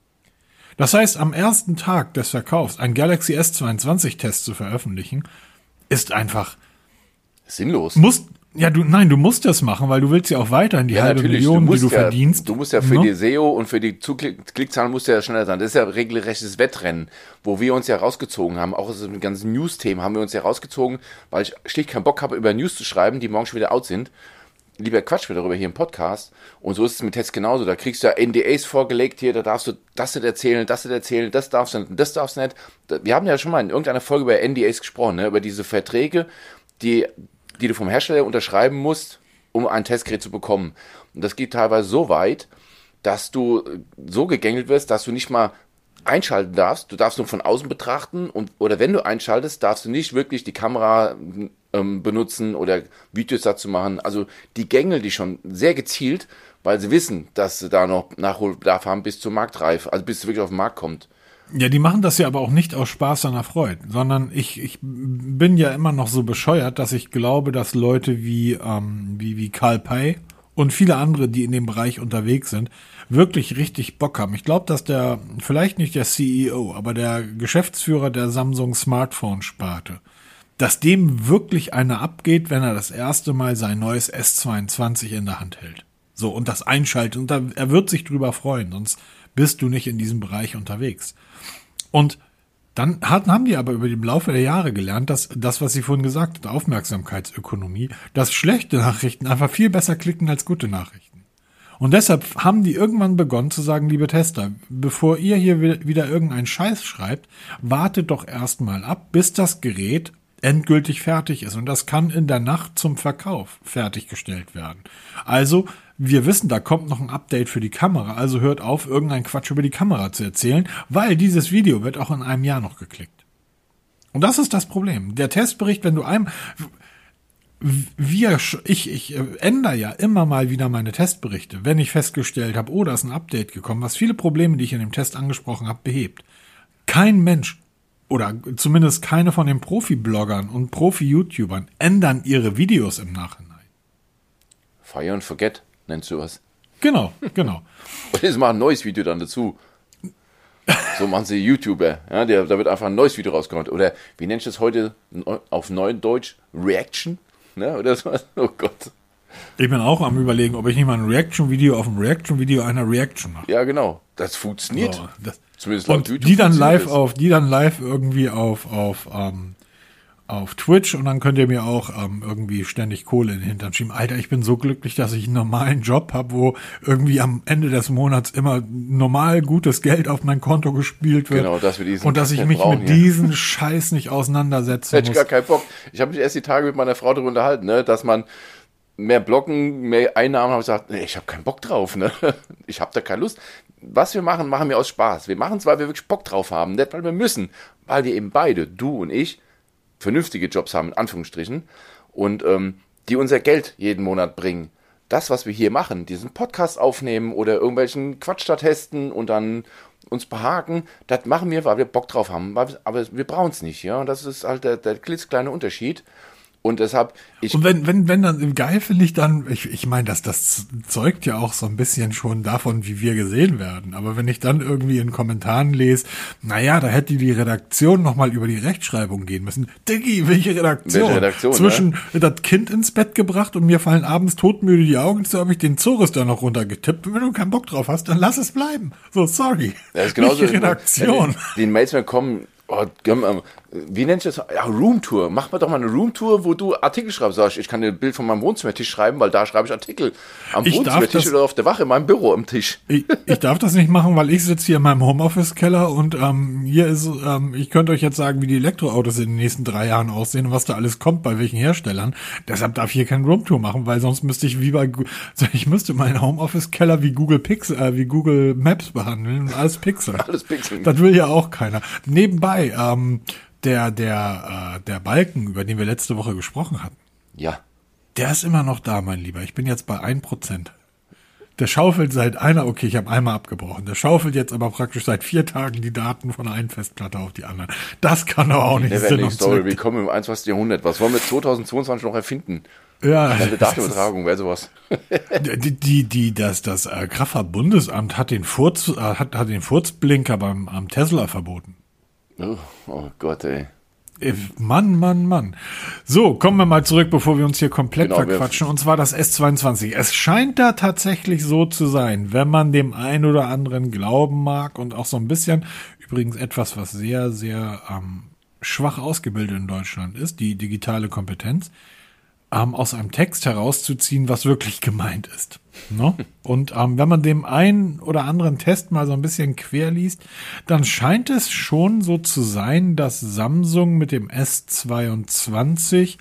Speaker 1: Das heißt, am ersten Tag des Verkaufs einen Galaxy S22 Test zu veröffentlichen, ist einfach
Speaker 2: sinnlos.
Speaker 1: Du musst das machen, weil du willst ja auch weiterhin die halbe Million, die du verdienst.
Speaker 2: Du musst ja für die SEO und für die Klickzahlen musst du ja schneller sein. Das ist ja regelrechtes Wettrennen, wo wir uns ja rausgezogen haben. Auch aus den ganzen News-Themen haben wir uns ja rausgezogen, weil ich schlicht keinen Bock habe, über News zu schreiben, die morgen schon wieder out sind. Lieber quatschen wir darüber hier im Podcast. Und so ist es mit Tests genauso. Da kriegst du ja NDAs vorgelegt hier, da darfst du das nicht erzählen, das darfst du nicht, das darfst du nicht. Wir haben ja schon mal in irgendeiner Folge über NDAs gesprochen, ne? Über diese Verträge, die du vom Hersteller unterschreiben musst, um ein Testgerät zu bekommen. Und das geht teilweise so weit, dass du so gegängelt wirst, dass du nicht mal einschalten darfst. Du darfst nur von außen betrachten oder wenn du einschaltest, darfst du nicht wirklich die Kamera benutzen oder Videos dazu machen. Also die gängeln dich schon sehr gezielt, weil sie wissen, dass sie da noch Nachholbedarf haben bis zur Marktreife, also bis es wirklich auf den Markt kommt.
Speaker 1: Ja, die machen das ja aber auch nicht aus Spaß an der Freude, sondern ich bin ja immer noch so bescheuert, dass ich glaube, dass Leute wie Carl Pei und viele andere, die in dem Bereich unterwegs sind, wirklich richtig Bock haben. Ich glaube, dass vielleicht nicht der CEO, aber der Geschäftsführer der Samsung Smartphone-Sparte, dass dem wirklich einer abgeht, wenn er das erste Mal sein neues S22 in der Hand hält. So, und das einschaltet. Und er wird sich drüber freuen, sonst bist du nicht in diesem Bereich unterwegs. Und dann haben die aber über den Laufe der Jahre gelernt, dass das, was sie vorhin gesagt hat, Aufmerksamkeitsökonomie, dass schlechte Nachrichten einfach viel besser klicken als gute Nachrichten. Und deshalb haben die irgendwann begonnen zu sagen, liebe Tester, bevor ihr hier wieder irgendeinen Scheiß schreibt, wartet doch erstmal ab, bis das Gerät endgültig fertig ist. Und das kann in der Nacht zum Verkauf fertiggestellt werden. Also, wir wissen, da kommt noch ein Update für die Kamera, also hört auf, irgendeinen Quatsch über die Kamera zu erzählen, weil dieses Video wird auch in einem Jahr noch geklickt. Und das ist das Problem. Der Testbericht, wenn du ich ändere ja immer mal wieder meine Testberichte, wenn ich festgestellt habe, da ist ein Update gekommen, was viele Probleme, die ich in dem Test angesprochen habe, behebt. Kein Mensch oder zumindest keine von den Profi-Bloggern und Profi-YouTubern ändern ihre Videos im Nachhinein.
Speaker 2: Fire and forget, nennst du was.
Speaker 1: Genau.
Speaker 2: Und jetzt machen ein neues Video dann dazu. So machen sie YouTuber. Ja, da wird einfach ein neues Video rausgekommen. Oder wie nennst du das heute auf Neudeutsch? Reaction? Ne? Oder so? Oh Gott.
Speaker 1: Ich bin auch am Überlegen, ob ich nicht mal ein Reaction-Video auf ein Reaction-Video einer Reaction mache.
Speaker 2: Ja, genau. Das funktioniert.
Speaker 1: So,
Speaker 2: zumindest laut
Speaker 1: und
Speaker 2: YouTube.
Speaker 1: Die dann live irgendwie auf Twitch und dann könnt ihr mir auch irgendwie ständig Kohle in den Hintern schieben. Alter, ich bin so glücklich, dass ich einen normalen Job habe, wo irgendwie am Ende des Monats immer normal gutes Geld auf mein Konto gespielt wird.
Speaker 2: Genau, dass wir diesen
Speaker 1: und dass ich mich mit diesen Scheiß nicht auseinandersetzen muss.
Speaker 2: Hätte ich gar keinen Bock. Ich habe mich erst die Tage mit meiner Frau darüber unterhalten, ne, dass man mehr Blocken, mehr Einnahmen, habe ich gesagt, nee, ich habe keinen Bock drauf, ne? Ich habe da keine Lust. Was wir machen, machen wir aus Spaß. Wir machen es, weil wir wirklich Bock drauf haben, nicht weil wir müssen, weil wir eben beide, du und ich, vernünftige Jobs haben, in Anführungsstrichen, und die unser Geld jeden Monat bringen. Das, was wir hier machen, diesen Podcast aufnehmen oder irgendwelchen Quatsch da testen und dann uns behaken, das machen wir, weil wir Bock drauf haben, aber wir brauchen es nicht, ja, und das ist halt der klitzekleine Unterschied. Und deshalb,
Speaker 1: und wenn dann, geil finde ich dann, ich meine, das zeugt ja auch so ein bisschen schon davon, wie wir gesehen werden. Aber wenn ich dann irgendwie in Kommentaren lese, naja, da hätte die Redaktion nochmal über die Rechtschreibung gehen müssen. Diggi, welche Redaktion? Zwischen das Kind ins Bett gebracht und mir fallen abends todmüde die Augen zu, habe ich den Zores da noch runtergetippt. Und wenn du keinen Bock drauf hast, dann lass es bleiben. So, sorry.
Speaker 2: Das ist genauso.
Speaker 1: Welche Redaktion?
Speaker 2: Die Mails mehr kommen, wie nennt sich das? Ja, Roomtour. Mach mal doch mal eine Roomtour, wo du Artikel schreibst. Sag ich kann dir ein Bild von meinem Wohnzimmertisch schreiben, weil da schreibe ich Artikel. Am Wohnzimmertisch oder auf der Wache in meinem Büro am Tisch.
Speaker 1: Ich darf das nicht machen, weil ich sitze hier in meinem Homeoffice-Keller und hier ist, ich könnte euch jetzt sagen, wie die Elektroautos in den nächsten 3 Jahren aussehen und was da alles kommt, bei welchen Herstellern. Deshalb darf ich hier kein Roomtour machen, weil sonst müsste ich ich müsste meinen Homeoffice-Keller wie Google Maps behandeln und alles Pixel.
Speaker 2: Alles Pixel.
Speaker 1: Das will ja auch keiner. Nebenbei, der Balken, über den wir letzte Woche gesprochen hatten.
Speaker 2: Ja.
Speaker 1: Der ist immer noch da, mein Lieber. Ich bin jetzt bei 1%. Der schaufelt ich habe einmal abgebrochen. Der schaufelt jetzt aber praktisch seit 4 Tagen die Daten von einer Festplatte auf die andere. Das kann doch auch nicht Sinn und Zweck.
Speaker 2: Willkommen im 21. Jahrhundert. Was wollen wir 2022 noch erfinden?
Speaker 1: Ja.
Speaker 2: Eine Datenübertragung wäre sowas.
Speaker 1: Das Kraftfahrt-Bundesamt hat den Furzblinker am Tesla verboten.
Speaker 2: Oh Gott, ey.
Speaker 1: Mann. So, kommen wir mal zurück, bevor wir uns hier komplett verquatschen. Und zwar das S22. Es scheint da tatsächlich so zu sein, wenn man dem einen oder anderen glauben mag und auch so ein bisschen, übrigens etwas, was sehr, sehr schwach ausgebildet in Deutschland ist, die digitale Kompetenz, aus einem Text herauszuziehen, was wirklich gemeint ist. Ne? Und wenn man dem einen oder anderen Test mal so ein bisschen quer liest, dann scheint es schon so zu sein, dass Samsung mit dem S22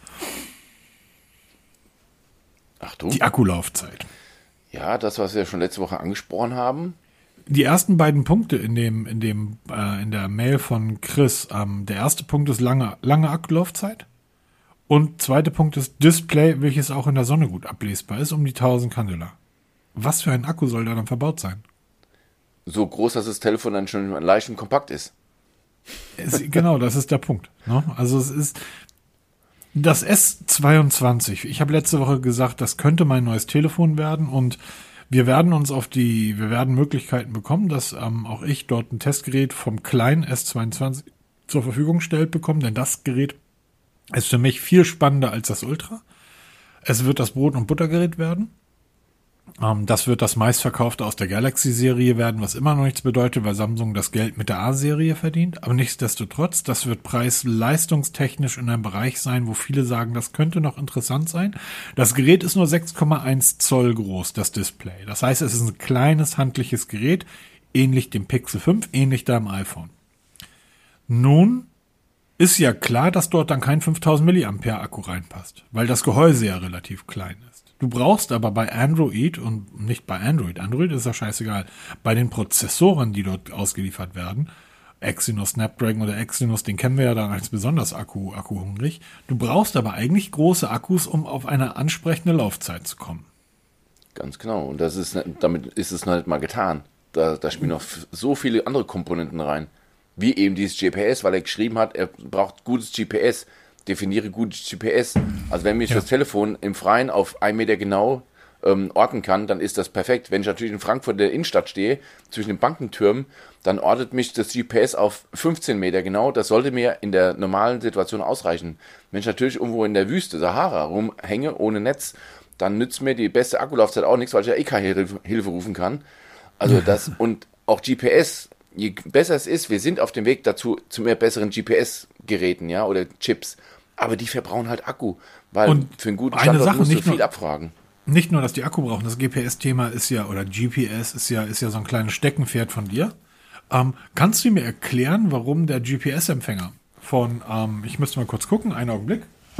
Speaker 2: Achtung.
Speaker 1: Die Akkulaufzeit.
Speaker 2: Ja, das, was wir schon letzte Woche angesprochen haben.
Speaker 1: Die ersten beiden Punkte in der Mail von Chris. Der erste Punkt ist lange Akkulaufzeit. Und zweiter Punkt ist Display, welches auch in der Sonne gut ablesbar ist, um die 1000 Candela. Was für ein Akku soll da dann verbaut sein?
Speaker 2: So groß, dass das Telefon dann schon leicht und kompakt ist.
Speaker 1: Genau, das ist der Punkt. Ne? Also es ist das S22. Ich habe letzte Woche gesagt, das könnte mein neues Telefon werden und wir werden Möglichkeiten bekommen, dass auch ich dort ein Testgerät vom kleinen S22 zur Verfügung gestellt bekomme, denn das Gerät ist für mich viel spannender als das Ultra. Es wird das Brot- und Buttergerät werden. Das wird das meistverkaufte aus der Galaxy-Serie werden, was immer noch nichts bedeutet, weil Samsung das Geld mit der A-Serie verdient. Aber nichtsdestotrotz, das wird preis-leistungstechnisch in einem Bereich sein, wo viele sagen, das könnte noch interessant sein. Das Gerät ist nur 6,1 Zoll groß, das Display. Das heißt, es ist ein kleines, handliches Gerät, ähnlich dem Pixel 5, ähnlich deinem iPhone. Nun ist ja klar, dass dort dann kein 5000 mAh Akku reinpasst, weil das Gehäuse ja relativ klein ist. Du brauchst aber bei Android und nicht bei Android ist ja scheißegal, bei den Prozessoren, die dort ausgeliefert werden, Exynos Snapdragon oder Exynos, den kennen wir ja dann als besonders akkuhungrig. Du brauchst aber eigentlich große Akkus, um auf eine ansprechende Laufzeit zu kommen.
Speaker 2: Ganz genau. Und damit ist es noch nicht mal getan. Da spielen noch so viele andere Komponenten rein. Wie eben dieses GPS, weil er geschrieben hat, er braucht gutes GPS. Definiere gutes GPS. Also wenn mich das Telefon im Freien auf 1 Meter genau orten kann, dann ist das perfekt. Wenn ich natürlich in Frankfurt in der Innenstadt stehe, zwischen den Bankentürmen, dann ortet mich das GPS auf 15 Meter genau. Das sollte mir in der normalen Situation ausreichen. Wenn ich natürlich irgendwo in der Wüste, Sahara, rumhänge, ohne Netz, dann nützt mir die beste Akkulaufzeit auch nichts, weil ich ja eh keine Hilfe rufen kann. Also das, und auch GPS, je besser es ist, wir sind auf dem Weg dazu, zu mehr besseren GPS-Geräten, ja, oder Chips. Aber die verbrauchen halt Akku, weil
Speaker 1: Und
Speaker 2: für einen guten
Speaker 1: eine
Speaker 2: Standort
Speaker 1: Sache,
Speaker 2: musst du
Speaker 1: nicht
Speaker 2: viel
Speaker 1: nur-
Speaker 2: abfragen.
Speaker 1: Nicht nur, dass die Akku brauchen, das GPS-Thema ist ja, oder GPS ist ja so ein kleines Steckenpferd von dir. Kannst du mir erklären, warum der GPS-Empfänger von, ich müsste mal kurz gucken, einen Augenblick.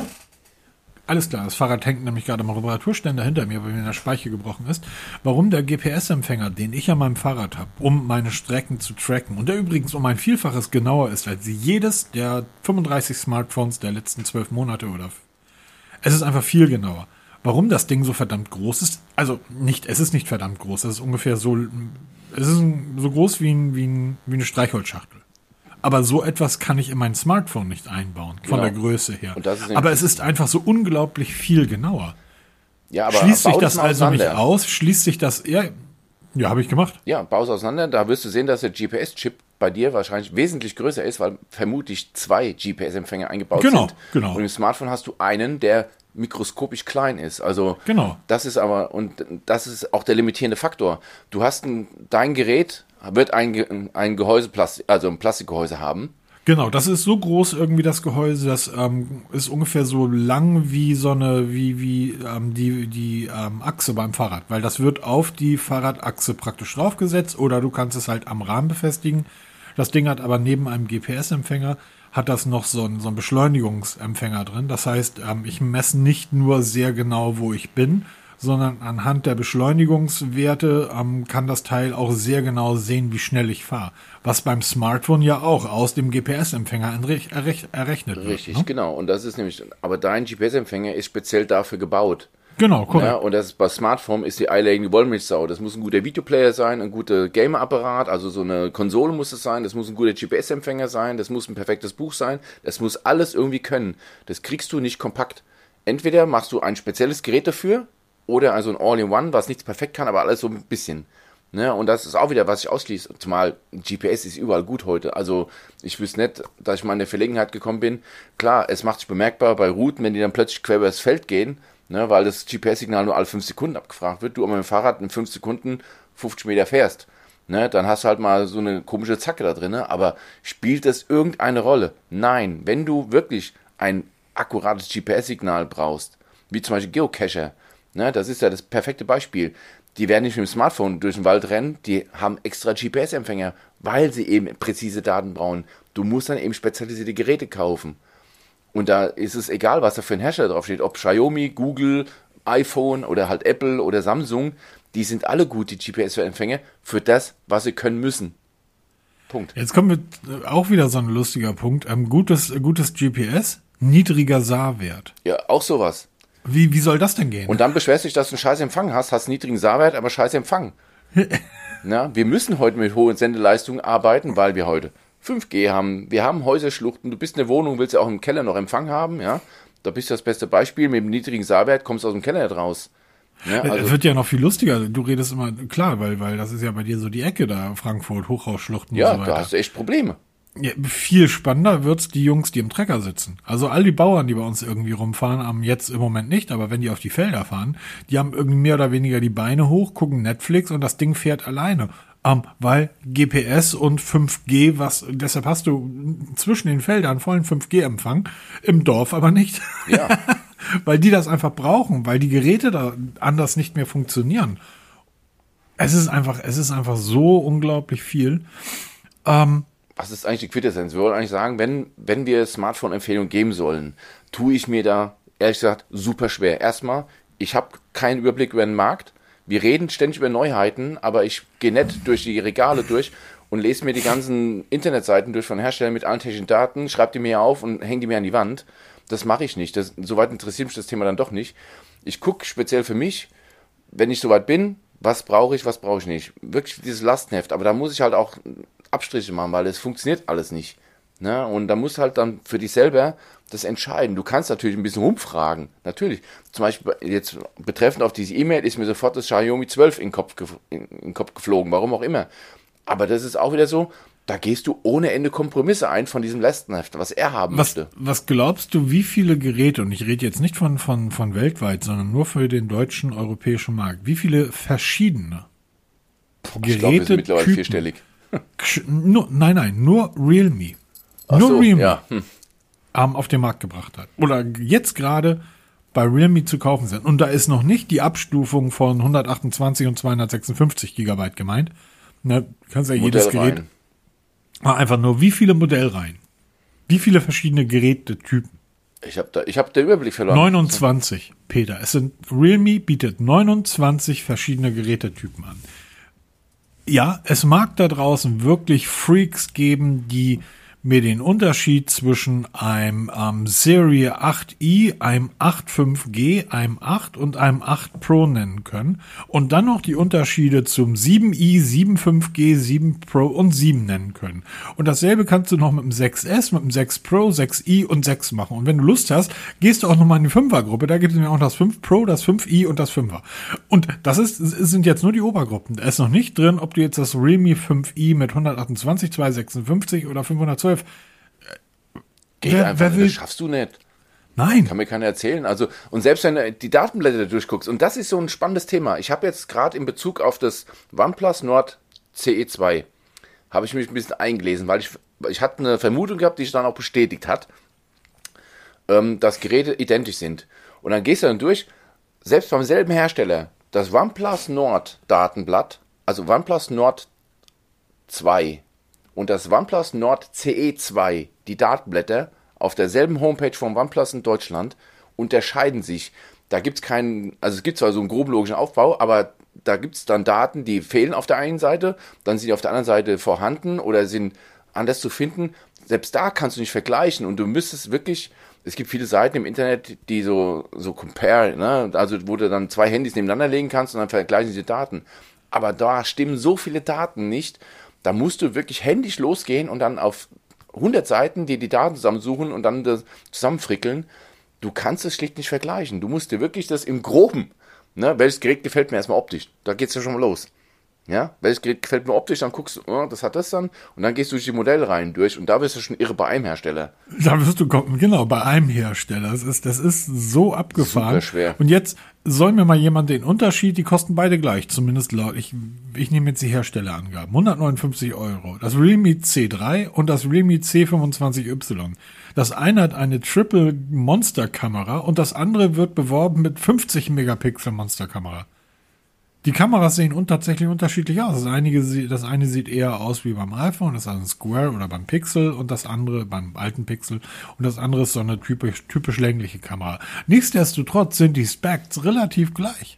Speaker 1: Alles klar, das Fahrrad hängt nämlich gerade am Reparaturständer hinter mir, weil mir der Speicher gebrochen ist. Warum der GPS-Empfänger, den ich an meinem Fahrrad habe, um meine Strecken zu tracken, und der übrigens um ein Vielfaches genauer ist als jedes der 35 Smartphones der letzten 12 Monate oder... Es ist einfach viel genauer. Warum das Ding so verdammt groß ist, also nicht, es ist nicht verdammt groß, es ist ungefähr so, es ist so groß wie eine Streichholzschachtel. Aber so etwas kann ich in mein Smartphone nicht einbauen, von der Größe her.
Speaker 2: Und das ist
Speaker 1: aber es ist einfach so unglaublich viel genauer.
Speaker 2: Ja, aber
Speaker 1: Schließt sich
Speaker 2: bau
Speaker 1: das
Speaker 2: mal
Speaker 1: also nicht
Speaker 2: auseinander.
Speaker 1: aus? Schließt sich das, ja, habe ich gemacht.
Speaker 2: Ja, bau es auseinander. Da wirst du sehen, dass der GPS-Chip bei dir wahrscheinlich wesentlich größer ist, weil vermutlich 2 GPS-Empfänger eingebaut
Speaker 1: Genau,
Speaker 2: sind.
Speaker 1: genau.
Speaker 2: Und im Smartphone hast du einen, der mikroskopisch klein ist. Also
Speaker 1: Genau.
Speaker 2: das ist auch der limitierende Faktor. Du hast dein Gerät wird ein Gehäuse, also ein Plastikgehäuse haben.
Speaker 1: Genau, das ist so groß irgendwie das Gehäuse, das ist ungefähr so lang wie so eine, die Achse beim Fahrrad, weil das wird auf die Fahrradachse praktisch draufgesetzt oder du kannst es halt am Rahmen befestigen. Das Ding hat aber neben einem GPS-Empfänger hat das noch so einen Beschleunigungsempfänger drin. Das heißt, ich messe nicht nur sehr genau, wo ich bin, sondern anhand der Beschleunigungswerte kann das Teil auch sehr genau sehen, wie schnell ich fahre. Was beim Smartphone ja auch aus dem GPS-Empfänger errechnet wird.
Speaker 2: Richtig,
Speaker 1: Ne?
Speaker 2: genau. Und das ist nämlich, aber dein GPS-Empfänger ist speziell dafür gebaut.
Speaker 1: Genau, korrekt.
Speaker 2: Ja, und das ist bei Smartphone ist die eierlegende Wollmilchsau. Das muss ein guter Videoplayer sein, ein guter Gamer-Apparat, also so eine Konsole muss es sein, das muss ein guter GPS-Empfänger sein, das muss ein perfektes Buch sein, das muss alles irgendwie können. Das kriegst du nicht kompakt. Entweder machst du ein spezielles Gerät dafür oder also ein All-in-One, was nichts perfekt kann, aber alles so ein bisschen. Ne? Und das ist auch wieder, was ich ausschließe. Zumal GPS ist überall gut heute. Also ich wüsste nicht, dass ich mal in der Verlegenheit gekommen bin. Klar, es macht sich bemerkbar bei Routen, wenn die dann plötzlich quer über das Feld gehen, ne, weil das GPS-Signal nur alle 5 Sekunden abgefragt wird, du aber mit dem Fahrrad in 5 Sekunden 50 Meter fährst. Ne, dann hast du halt mal so eine komische Zacke da drin, aber spielt das irgendeine Rolle? Nein, wenn du wirklich ein akkurates GPS-Signal brauchst, wie zum Beispiel Geocacher, ne, das ist ja das perfekte Beispiel. Die werden nicht mit dem Smartphone durch den Wald rennen, die haben extra GPS-Empfänger, weil sie eben präzise Daten brauchen. Du musst dann eben spezialisierte Geräte kaufen. Und da ist es egal, was da für ein Hersteller draufsteht, ob Xiaomi, Google, iPhone oder halt Apple oder Samsung, die sind alle gut, die GPS-Empfänger, für das, was sie können müssen. Punkt.
Speaker 1: Jetzt kommen wir auch wieder so ein lustiger Punkt. Gutes GPS, niedriger SAR-Wert.
Speaker 2: Ja, auch sowas.
Speaker 1: Wie soll das denn gehen?
Speaker 2: Und dann beschwerst du dich, dass du einen scheiß Empfang hast niedrigen SAR-Wert, aber scheiß Empfang. Na, wir müssen heute mit hohen Sendeleistungen arbeiten, weil wir heute 5G haben. Wir haben Häuserschluchten. Du bist in der Wohnung, willst ja auch im Keller noch Empfang haben, ja. Da bist du das beste Beispiel. Mit dem niedrigen SAR-Wert kommst du aus dem Keller nicht raus. Ja, also
Speaker 1: wird ja noch viel lustiger. Du redest immer, klar, weil das ist ja bei dir so die Ecke da, Frankfurt, Hochhausschluchten
Speaker 2: ja,
Speaker 1: und so weiter.
Speaker 2: da hast du echt Probleme.
Speaker 1: Ja, viel spannender wird's die Jungs, die im Trecker sitzen. Also all die Bauern, die bei uns irgendwie rumfahren, haben jetzt im Moment nicht, aber wenn die auf die Felder fahren, die haben irgendwie mehr oder weniger die Beine hoch, gucken Netflix und das Ding fährt alleine. Weil GPS und 5G, deshalb hast du zwischen den Feldern vollen 5G-Empfang, im Dorf aber nicht.
Speaker 2: Ja.
Speaker 1: Weil die das einfach brauchen, weil die Geräte da anders nicht mehr funktionieren. Es ist einfach so unglaublich viel.
Speaker 2: Was ist eigentlich die Quintessenz? Wir wollen eigentlich sagen, wenn wir Smartphone-Empfehlungen geben sollen, tue ich mir da, ehrlich gesagt, super schwer. Erstmal, ich habe keinen Überblick über den Markt. Wir reden ständig über Neuheiten, aber ich gehe nicht durch die Regale durch und lese mir die ganzen Internetseiten durch von Herstellern mit allen technischen Daten, schreibe die mir auf und hänge die mir an die Wand. Das mache ich nicht. Soweit interessiert mich das Thema dann doch nicht. Ich gucke speziell für mich, wenn ich soweit bin, was brauche ich nicht. Wirklich dieses Lastenheft. Aber da muss ich halt auch Abstriche machen, weil es funktioniert alles nicht. Ne? Und da musst du halt dann für dich selber das entscheiden. Du kannst natürlich ein bisschen rumfragen. Natürlich. Zum Beispiel jetzt betreffend auf diese E-Mail ist mir sofort das Xiaomi 12 in den Kopf geflogen. Warum auch immer. Aber das ist auch wieder so, da gehst du ohne Ende Kompromisse ein von diesem Lastenheft, was er haben möchte.
Speaker 1: Was glaubst du, wie viele Geräte, und ich rede jetzt nicht von weltweit, sondern nur für den deutschen, europäischen Markt, wie viele verschiedene Geräte,
Speaker 2: ich glaube, wir sind mittlerweile vierstellig.
Speaker 1: Nur Realme.
Speaker 2: Ja.
Speaker 1: Auf den Markt gebracht hat. Oder jetzt gerade bei Realme zu kaufen sind. Und da ist noch nicht die Abstufung von 128 und 256 Gigabyte gemeint. Ne, kannst ja jedes Gerät. Einfach nur, wie viele Modellreihen? Wie viele verschiedene Gerätetypen?
Speaker 2: Ich hab den Überblick verloren.
Speaker 1: 29, Peter. Realme bietet 29 verschiedene Gerätetypen an. Ja, es mag da draußen wirklich Freaks geben, die mir den Unterschied zwischen einem Serie 8i, einem 8.5G, einem 8 und einem 8 Pro nennen können und dann noch die Unterschiede zum 7i, 7.5G, 7 Pro und 7 nennen können. Und dasselbe kannst du noch mit dem 6S, mit dem 6 Pro, 6i und 6 machen. Und wenn du Lust hast, gehst du auch nochmal in die 5er-Gruppe. Da gibt es nämlich auch das 5 Pro, das 5i und das 5er. Und sind jetzt nur die Obergruppen. Da ist noch nicht drin, ob du jetzt das Realme 5i mit 128, 256 oder 512.
Speaker 2: Das schaffst du nicht.
Speaker 1: Nein.
Speaker 2: Kann mir keiner erzählen. Also, und selbst wenn du die Datenblätter durchguckst, und das ist so ein spannendes Thema. Ich habe jetzt gerade in Bezug auf das OnePlus Nord CE2, habe ich mich ein bisschen eingelesen, weil ich hatte eine Vermutung gehabt, die sich dann auch bestätigt hat, dass Geräte identisch sind. Und dann gehst du dann durch, selbst beim selben Hersteller, das OnePlus Nord Datenblatt, also OnePlus Nord 2 und das OnePlus Nord CE2, die Datenblätter auf derselben Homepage vom OnePlus in Deutschland unterscheiden sich. Da gibt es es gibt zwar so einen groben logischen Aufbau, aber da gibt es dann Daten, die fehlen auf der einen Seite, dann sind die auf der anderen Seite vorhanden oder sind anders zu finden. Selbst da kannst du nicht vergleichen und du müsstest wirklich, es gibt viele Seiten im Internet, die so compare, ne? Also wo du dann zwei Handys nebeneinander legen kannst und dann vergleichen sie die Daten. Aber da stimmen so viele Daten nicht, da musst du wirklich händisch losgehen und dann auf 100 Seiten die Daten zusammensuchen und dann das zusammenfrickeln. Du kannst es schlicht nicht vergleichen. Du musst dir wirklich das im Groben, ne, welches Gerät gefällt mir erstmal optisch. Da geht's ja schon mal los. Ja, welches Gerät gefällt mir optisch, dann guckst du, oh, das hat das dann und dann gehst du durch die Modellreihen durch und da wirst du schon irre bei einem Hersteller.
Speaker 1: Da wirst du, genau, bei einem Hersteller. Das ist so abgefahren.
Speaker 2: Super schwer.
Speaker 1: Und jetzt soll mir mal jemand den Unterschied, die kosten beide gleich, zumindest laut, ich nehme jetzt die Herstellerangaben, 159 €. Das Realme C3 und das Realme C25Y. Das eine hat eine Triple Monster Kamera und das andere wird beworben mit 50 Megapixel Monster Kamera. Die Kameras sehen tatsächlich unterschiedlich aus. Das eine sieht eher aus wie beim iPhone, das andere Square oder beim Pixel und das andere beim alten Pixel und das andere ist so eine typisch längliche Kamera. Nichtsdestotrotz sind die Specs relativ gleich.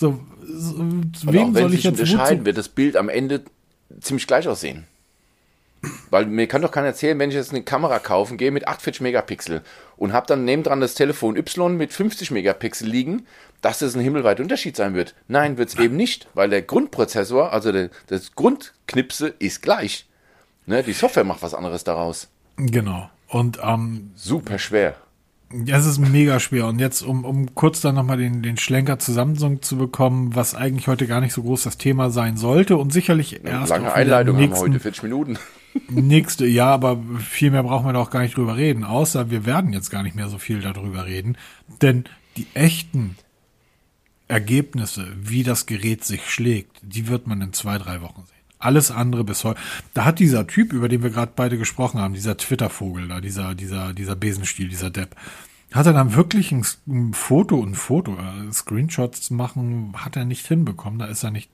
Speaker 2: Wem soll ich jetzt unterscheiden, wird das Bild am Ende ziemlich gleich aussehen. Weil mir kann doch keiner erzählen, wenn ich jetzt eine Kamera kaufen gehe mit 48 Megapixel und habe dann nebendran das Telefon Y mit 50 Megapixel liegen, dass das ein himmelweiter Unterschied sein wird. Nein, wird es eben nicht, weil der Grundprozessor, also das Grundknipse ist gleich. Ne, die Software macht was anderes daraus.
Speaker 1: Genau. Und
Speaker 2: super schwer.
Speaker 1: Ja, es ist mega schwer. Und jetzt, um kurz dann nochmal den Schlenker zu Samsung zu bekommen, was eigentlich heute gar nicht so groß das Thema sein sollte und sicherlich erst
Speaker 2: lange Einleitung haben wir heute, 40 Minuten.
Speaker 1: Ja, aber viel mehr brauchen wir da auch gar nicht drüber reden, außer wir werden jetzt gar nicht mehr so viel darüber reden, denn die echten Ergebnisse, wie das Gerät sich schlägt, die wird man in 2-3 Wochen sehen. Alles andere bis heute. Da hat dieser Typ, über den wir gerade beide gesprochen haben, dieser Twitter-Vogel da, dieser Besenstiel, dieser Depp, hat er dann wirklich ein Foto, Screenshots machen, hat er nicht hinbekommen. Da ist er nicht,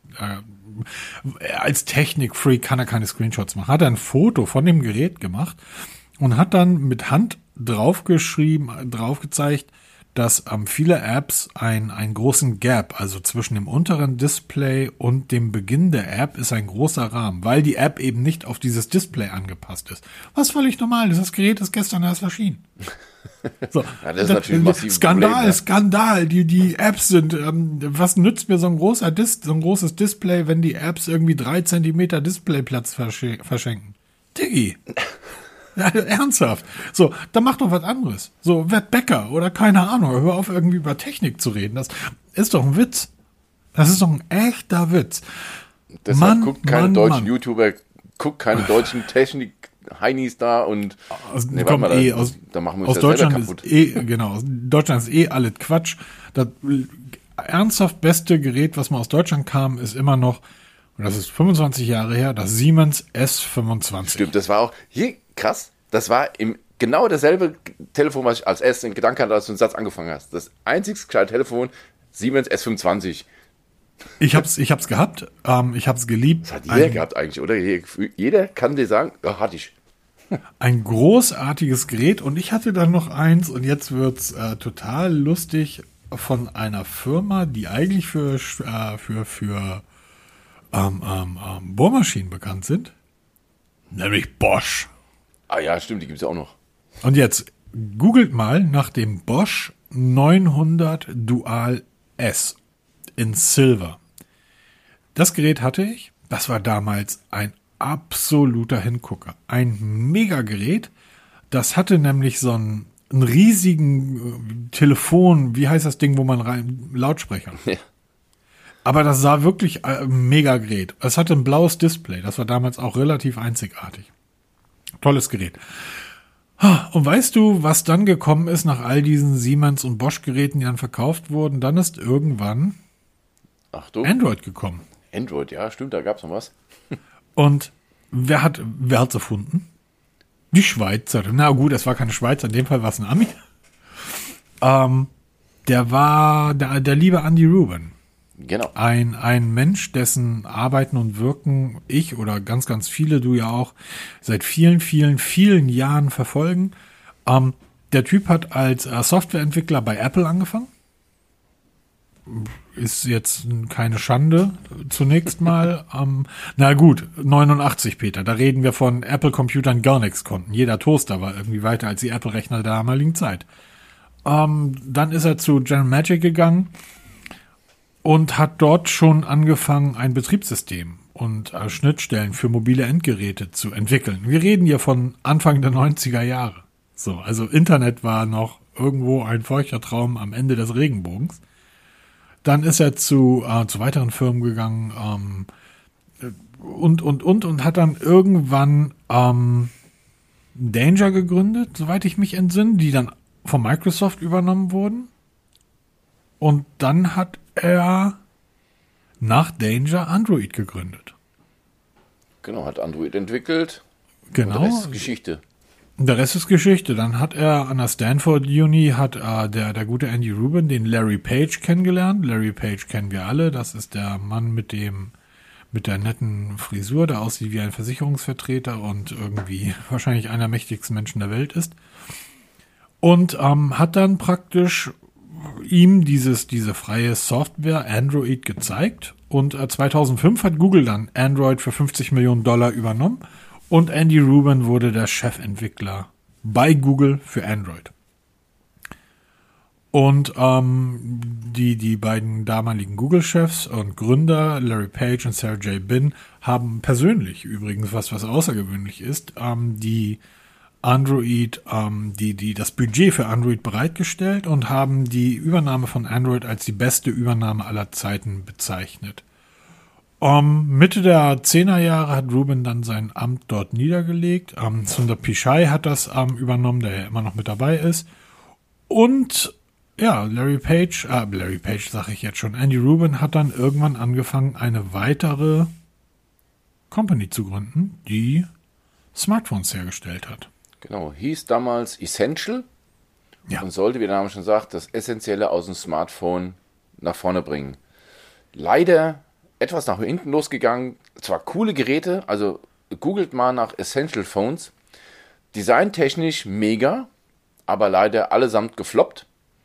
Speaker 1: als Technik-Freak kann er keine Screenshots machen. Hat er ein Foto von dem Gerät gemacht und hat dann mit Hand drauf gezeigt, dass viele Apps einen großen Gap, also zwischen dem unteren Display und dem Beginn der App ist ein großer Rahmen, weil die App eben nicht auf dieses Display angepasst ist. Was völlig normal ist. Das Gerät ist gestern erst erschienen. So.
Speaker 2: Ja, das ist natürlich ein massives
Speaker 1: Skandal,
Speaker 2: Problem, ne?
Speaker 1: Skandal. Die Apps sind, was nützt mir so ein großes Display, wenn die Apps irgendwie 3 Zentimeter Displayplatz verschenken? Diggi. Ja, ernsthaft. So, dann mach doch was anderes. So, werd Bäcker oder keine Ahnung. Hör auf, irgendwie über Technik zu reden. Das ist doch ein Witz. Das ist doch ein echter Witz.
Speaker 2: Deshalb guckt keine deutschen YouTuber, guckt keine deutschen Technik-Heinis da und da machen wir uns
Speaker 1: aus
Speaker 2: ja
Speaker 1: Deutschland
Speaker 2: selber kaputt.
Speaker 1: Aus Deutschland ist alles Quatsch. Das ernsthaft beste Gerät, was mal aus Deutschland kam, ist immer noch, und das ist 25 Jahre her, das Siemens S25.
Speaker 2: Stimmt, das war auch hier krass. Das war genau dasselbe Telefon, was ich als erstes in Gedanken hatte, als du den Satz angefangen hast. Das einzigste gescheite Telefon, Siemens S25.
Speaker 1: Ich hab's gehabt, ich hab's geliebt.
Speaker 2: Das hat jeder gehabt eigentlich, oder? Jeder kann dir sagen, ja, hatte ich.
Speaker 1: Ein großartiges Gerät und ich hatte dann noch eins und jetzt wird's total lustig von einer Firma, die eigentlich für Bohrmaschinen bekannt sind, nämlich Bosch.
Speaker 2: Ah ja, stimmt, die gibt's ja auch noch.
Speaker 1: Und jetzt googelt mal nach dem Bosch 900 Dual S in Silver. Das Gerät hatte ich. Das war damals ein absoluter Hingucker. Ein Megagerät. Das hatte nämlich so einen riesigen Telefon, wie heißt das Ding, wo man rein, Lautsprecher.
Speaker 2: Ja.
Speaker 1: Aber das sah wirklich Megagerät. Es hatte ein blaues Display. Das war damals auch relativ einzigartig. Tolles Gerät. Und weißt du, was dann gekommen ist nach all diesen Siemens- und Bosch-Geräten, die dann verkauft wurden? Dann ist irgendwann
Speaker 2: Achtung.
Speaker 1: Android gekommen.
Speaker 2: Android, ja, stimmt, da gab's noch was.
Speaker 1: Und wer hat's erfunden? Die Schweizer. Na gut, es war keine Schweizer, in dem Fall war es ein Ami. Der war der liebe Andy Rubin.
Speaker 2: Genau.
Speaker 1: Ein Mensch, dessen Arbeiten und Wirken ich oder ganz, ganz viele, du ja auch, seit vielen, vielen, vielen Jahren verfolgen. Der Typ hat als Softwareentwickler bei Apple angefangen. Ist jetzt keine Schande zunächst mal. Na gut, 89, Peter. Da reden wir von Apple-Computern, gar nichts konnten. Jeder Toaster war irgendwie weiter als die Apple-Rechner der damaligen Zeit. Dann ist er zu General Magic gegangen und hat dort schon angefangen, ein Betriebssystem und Schnittstellen für mobile Endgeräte zu entwickeln. Wir reden hier von Anfang der 90er Jahre. So, also Internet war noch irgendwo ein feuchter Traum am Ende des Regenbogens. Dann ist er zu weiteren Firmen gegangen und hat dann irgendwann Danger gegründet, soweit ich mich entsinne, die dann von Microsoft übernommen wurden. Und dann hat er nach Danger Android gegründet.
Speaker 2: Genau, hat Android entwickelt.
Speaker 1: Genau.
Speaker 2: Und der Rest ist Geschichte.
Speaker 1: Der Rest ist Geschichte. Dann hat er an der Stanford Uni, der gute Andy Rubin den Larry Page kennengelernt. Larry Page kennen wir alle. Das ist der Mann mit der netten Frisur, der aussieht wie ein Versicherungsvertreter und irgendwie wahrscheinlich einer der mächtigsten Menschen der Welt ist. Und hat dann praktisch ihm diese freie Software Android gezeigt. Und 2005 hat Google dann Android für $50 Millionen übernommen. Und Andy Rubin wurde der Chefentwickler bei Google für Android. Und die beiden damaligen Google-Chefs und Gründer, Larry Page und Sergey Brin, haben persönlich übrigens, was außergewöhnlich ist, das Budget für Android bereitgestellt und haben die Übernahme von Android als die beste Übernahme aller Zeiten bezeichnet. Mitte der 10er Jahre hat Rubin dann sein Amt dort niedergelegt. Sundar Pichai hat das übernommen, der ja immer noch mit dabei ist. Und ja, Larry Page sage ich jetzt schon, Andy Rubin hat dann irgendwann angefangen, eine weitere Company zu gründen, die Smartphones hergestellt hat.
Speaker 2: Genau, hieß damals Essential
Speaker 1: Ja.
Speaker 2: und sollte, wie der Name schon sagt, das Essentielle aus dem Smartphone nach vorne bringen. Leider etwas nach hinten losgegangen. Zwar coole Geräte, also googelt mal nach Essential Phones. Designtechnisch mega, aber leider allesamt gefloppt.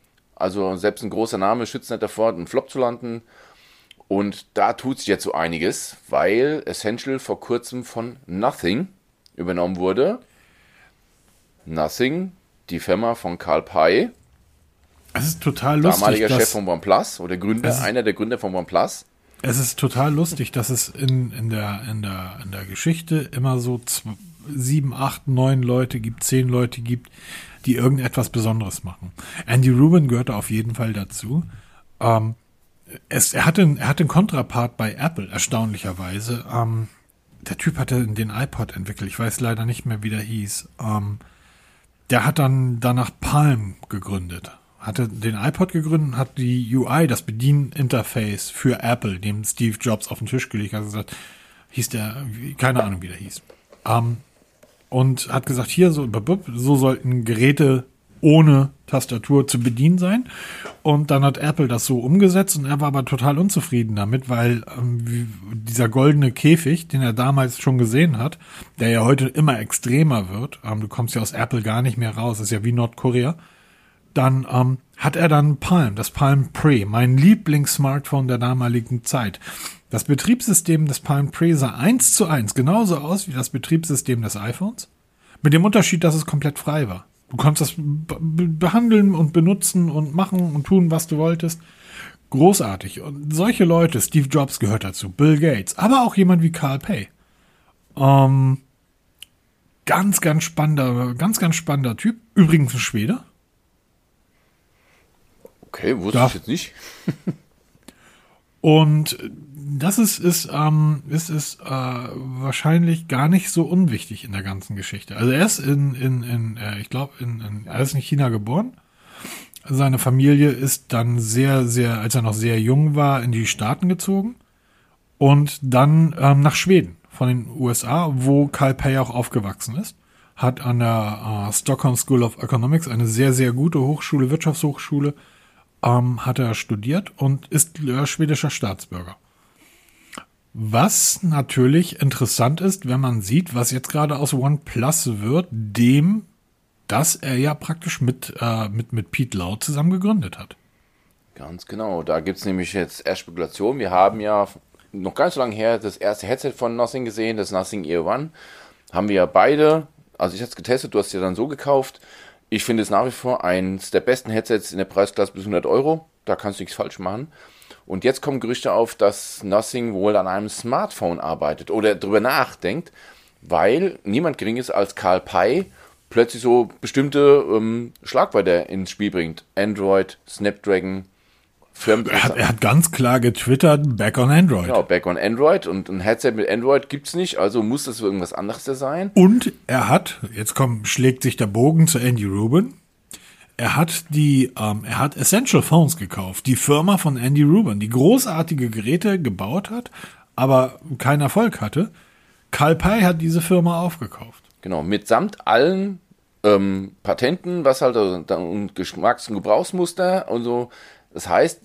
Speaker 2: Also selbst ein großer Name schützt nicht davor, einen Flop zu landen. Und da tut sich jetzt so einiges, weil Essential vor kurzem von Nothing übernommen wurde. Nothing, die Firma von Carl Pei.
Speaker 1: Es ist total lustig.
Speaker 2: Damaliger Chef von OnePlus oder Gründer, einer der Gründer von OnePlus.
Speaker 1: Es ist total lustig, dass es in der Geschichte immer so 7, 8, 9 Leute gibt, 10 Leute gibt, die irgendetwas Besonderes machen. Andy Rubin gehörte auf jeden Fall dazu. Er hatte einen Kontrapart bei Apple, erstaunlicherweise. Der Typ hatte den iPod entwickelt. Ich weiß leider nicht mehr, wie der hieß. Der hat dann danach Palm gegründet. Hatte den iPod gegründet, hat die UI, das Bedieninterface für Apple, dem Steve Jobs auf den Tisch gelegt, hat gesagt, hieß der, keine Ahnung, wie der hieß. Und hat gesagt, hier, so sollten Geräte ohne Tastatur zu bedienen sein. Und dann hat Apple das so umgesetzt und er war aber total unzufrieden damit, weil dieser goldene Käfig, den er damals schon gesehen hat, der ja heute immer extremer wird, du kommst ja aus Apple gar nicht mehr raus, ist ja wie Nordkorea, dann hat er dann Palm, das Palm Pre, mein Lieblingssmartphone der damaligen Zeit. Das Betriebssystem des Palm Pre sah 1:1 genauso aus wie das Betriebssystem des iPhones, mit dem Unterschied, dass es komplett frei war. Du konntest das behandeln und benutzen und machen und tun, was du wolltest. Großartig. Und solche Leute, Steve Jobs gehört dazu, Bill Gates, aber auch jemand wie Carl Pei. Ganz spannender Typ. Übrigens ein Schwede.
Speaker 2: Okay, wusste ich jetzt nicht.
Speaker 1: Und das ist wahrscheinlich gar nicht so unwichtig in der ganzen Geschichte. Also er ist er ist in China geboren. Seine Familie ist dann als er noch sehr jung war, in die Staaten gezogen und dann nach Schweden von den USA, wo Carl Pei auch aufgewachsen ist. Hat an der Stockholm School of Economics, eine sehr, sehr gute Hochschule, Wirtschaftshochschule, hat er studiert und ist schwedischer Staatsbürger. Was natürlich interessant ist, wenn man sieht, was jetzt gerade aus OnePlus wird, dass er ja praktisch mit Pete Lau zusammen gegründet hat.
Speaker 2: Ganz genau, da gibt es nämlich jetzt erst Spekulationen. Wir haben ja noch gar nicht so lange her das erste Headset von Nothing gesehen, das Nothing Ear One. Haben wir ja beide, also ich habe es getestet, du hast es ja dann so gekauft. Ich finde es nach wie vor eines der besten Headsets in der Preisklasse bis 100 Euro. Da kannst du nichts falsch machen. Und jetzt kommen Gerüchte auf, dass Nothing wohl an einem Smartphone arbeitet oder darüber nachdenkt, weil niemand Geringeres als Carl Pei plötzlich so bestimmte Schlagwörter ins Spiel bringt. Android, Snapdragon, Firmen.
Speaker 1: Er hat ganz klar getwittert, back on Android.
Speaker 2: Genau, back on Android. Und ein Headset mit Android gibt's nicht, also muss das irgendwas anderes sein.
Speaker 1: Und er hat, schlägt sich der Bogen zu Andy Rubin, er hat Essential Phones gekauft, die Firma von Andy Rubin, die großartige Geräte gebaut hat, aber keinen Erfolg hatte. Carl Pei hat diese Firma aufgekauft.
Speaker 2: Genau, mitsamt allen Patenten, was halt und Geschmacks- und Gebrauchsmuster und so. Das heißt,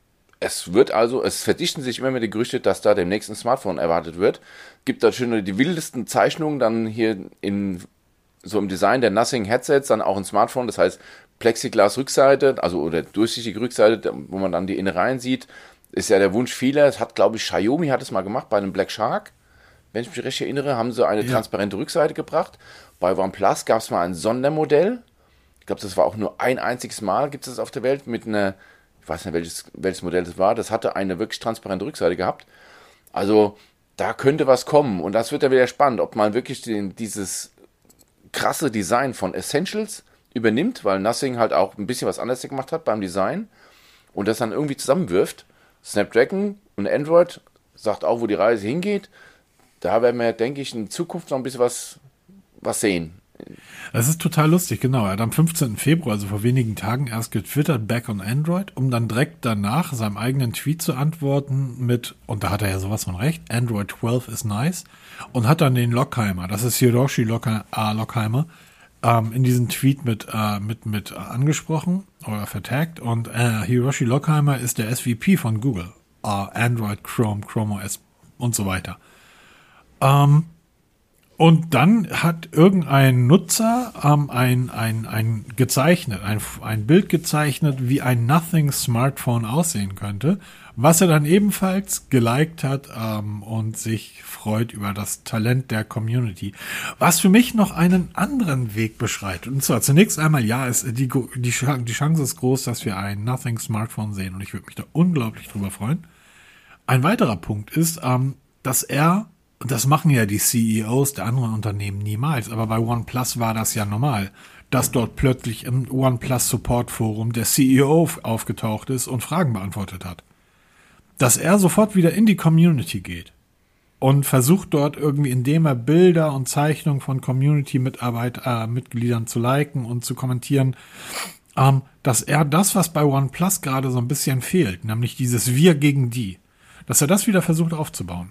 Speaker 2: es verdichten sich immer mehr die Gerüchte, dass da demnächst ein Smartphone erwartet wird. Gibt da schon die wildesten Zeichnungen dann hier im Design der Nothing Headsets, dann auch ein Smartphone, das heißt Plexiglas-Rückseite, also oder durchsichtige Rückseite, wo man dann die Innereien sieht, ist ja der Wunsch vieler. Das hat, glaube ich, Xiaomi hat es mal gemacht bei einem Black Shark. Wenn ich mich recht erinnere, haben sie eine transparente Rückseite gebracht. Bei OnePlus gab es mal ein Sondermodell. Ich glaube, das war auch nur ein einziges Mal, gibt es das auf der Welt, mit einer, ich weiß nicht, welches Modell das war, das hatte eine wirklich transparente Rückseite gehabt. Also, da könnte was kommen. Und das wird dann wieder spannend, ob man wirklich dieses krasse Design von Essentials übernimmt, weil Nothing halt auch ein bisschen was anderes gemacht hat beim Design und das dann irgendwie zusammenwirft. Snapdragon und Android sagt auch, wo die Reise hingeht. Da werden wir, denke ich, in Zukunft noch ein bisschen was sehen.
Speaker 1: Das ist total lustig, genau. Er hat am 15. Februar, also vor wenigen Tagen, erst getwittert, back on Android, um dann direkt danach seinem eigenen Tweet zu antworten mit, und da hat er ja sowas von recht, Android 12 is nice, und hat dann den Lockheimer, das ist Hiroshi Lockheimer, in diesen Tweet mit angesprochen oder vertagt, und Hiroshi Lockheimer ist der SVP von Google, Android, Chrome OS und so weiter. Und dann hat irgendein Nutzer ein Bild gezeichnet, wie ein Nothing Smartphone aussehen könnte, was er dann ebenfalls geliked hat und sich freut über das Talent der Community. Was für mich noch einen anderen Weg beschreitet. Und zwar zunächst einmal, ja, die Chance ist groß, dass wir ein Nothing Smartphone sehen und ich würde mich da unglaublich drüber freuen. Ein weiterer Punkt ist, dass und das machen ja die CEOs der anderen Unternehmen niemals, aber bei OnePlus war das ja normal, dass dort plötzlich im OnePlus Support Forum der CEO aufgetaucht ist und Fragen beantwortet hat. Dass er sofort wieder in die Community geht und versucht dort irgendwie, indem er Bilder und Zeichnungen von Community-Mitgliedern zu liken und zu kommentieren, dass er das, was bei OnePlus gerade so ein bisschen fehlt, nämlich dieses Wir gegen die, dass er das wieder versucht aufzubauen.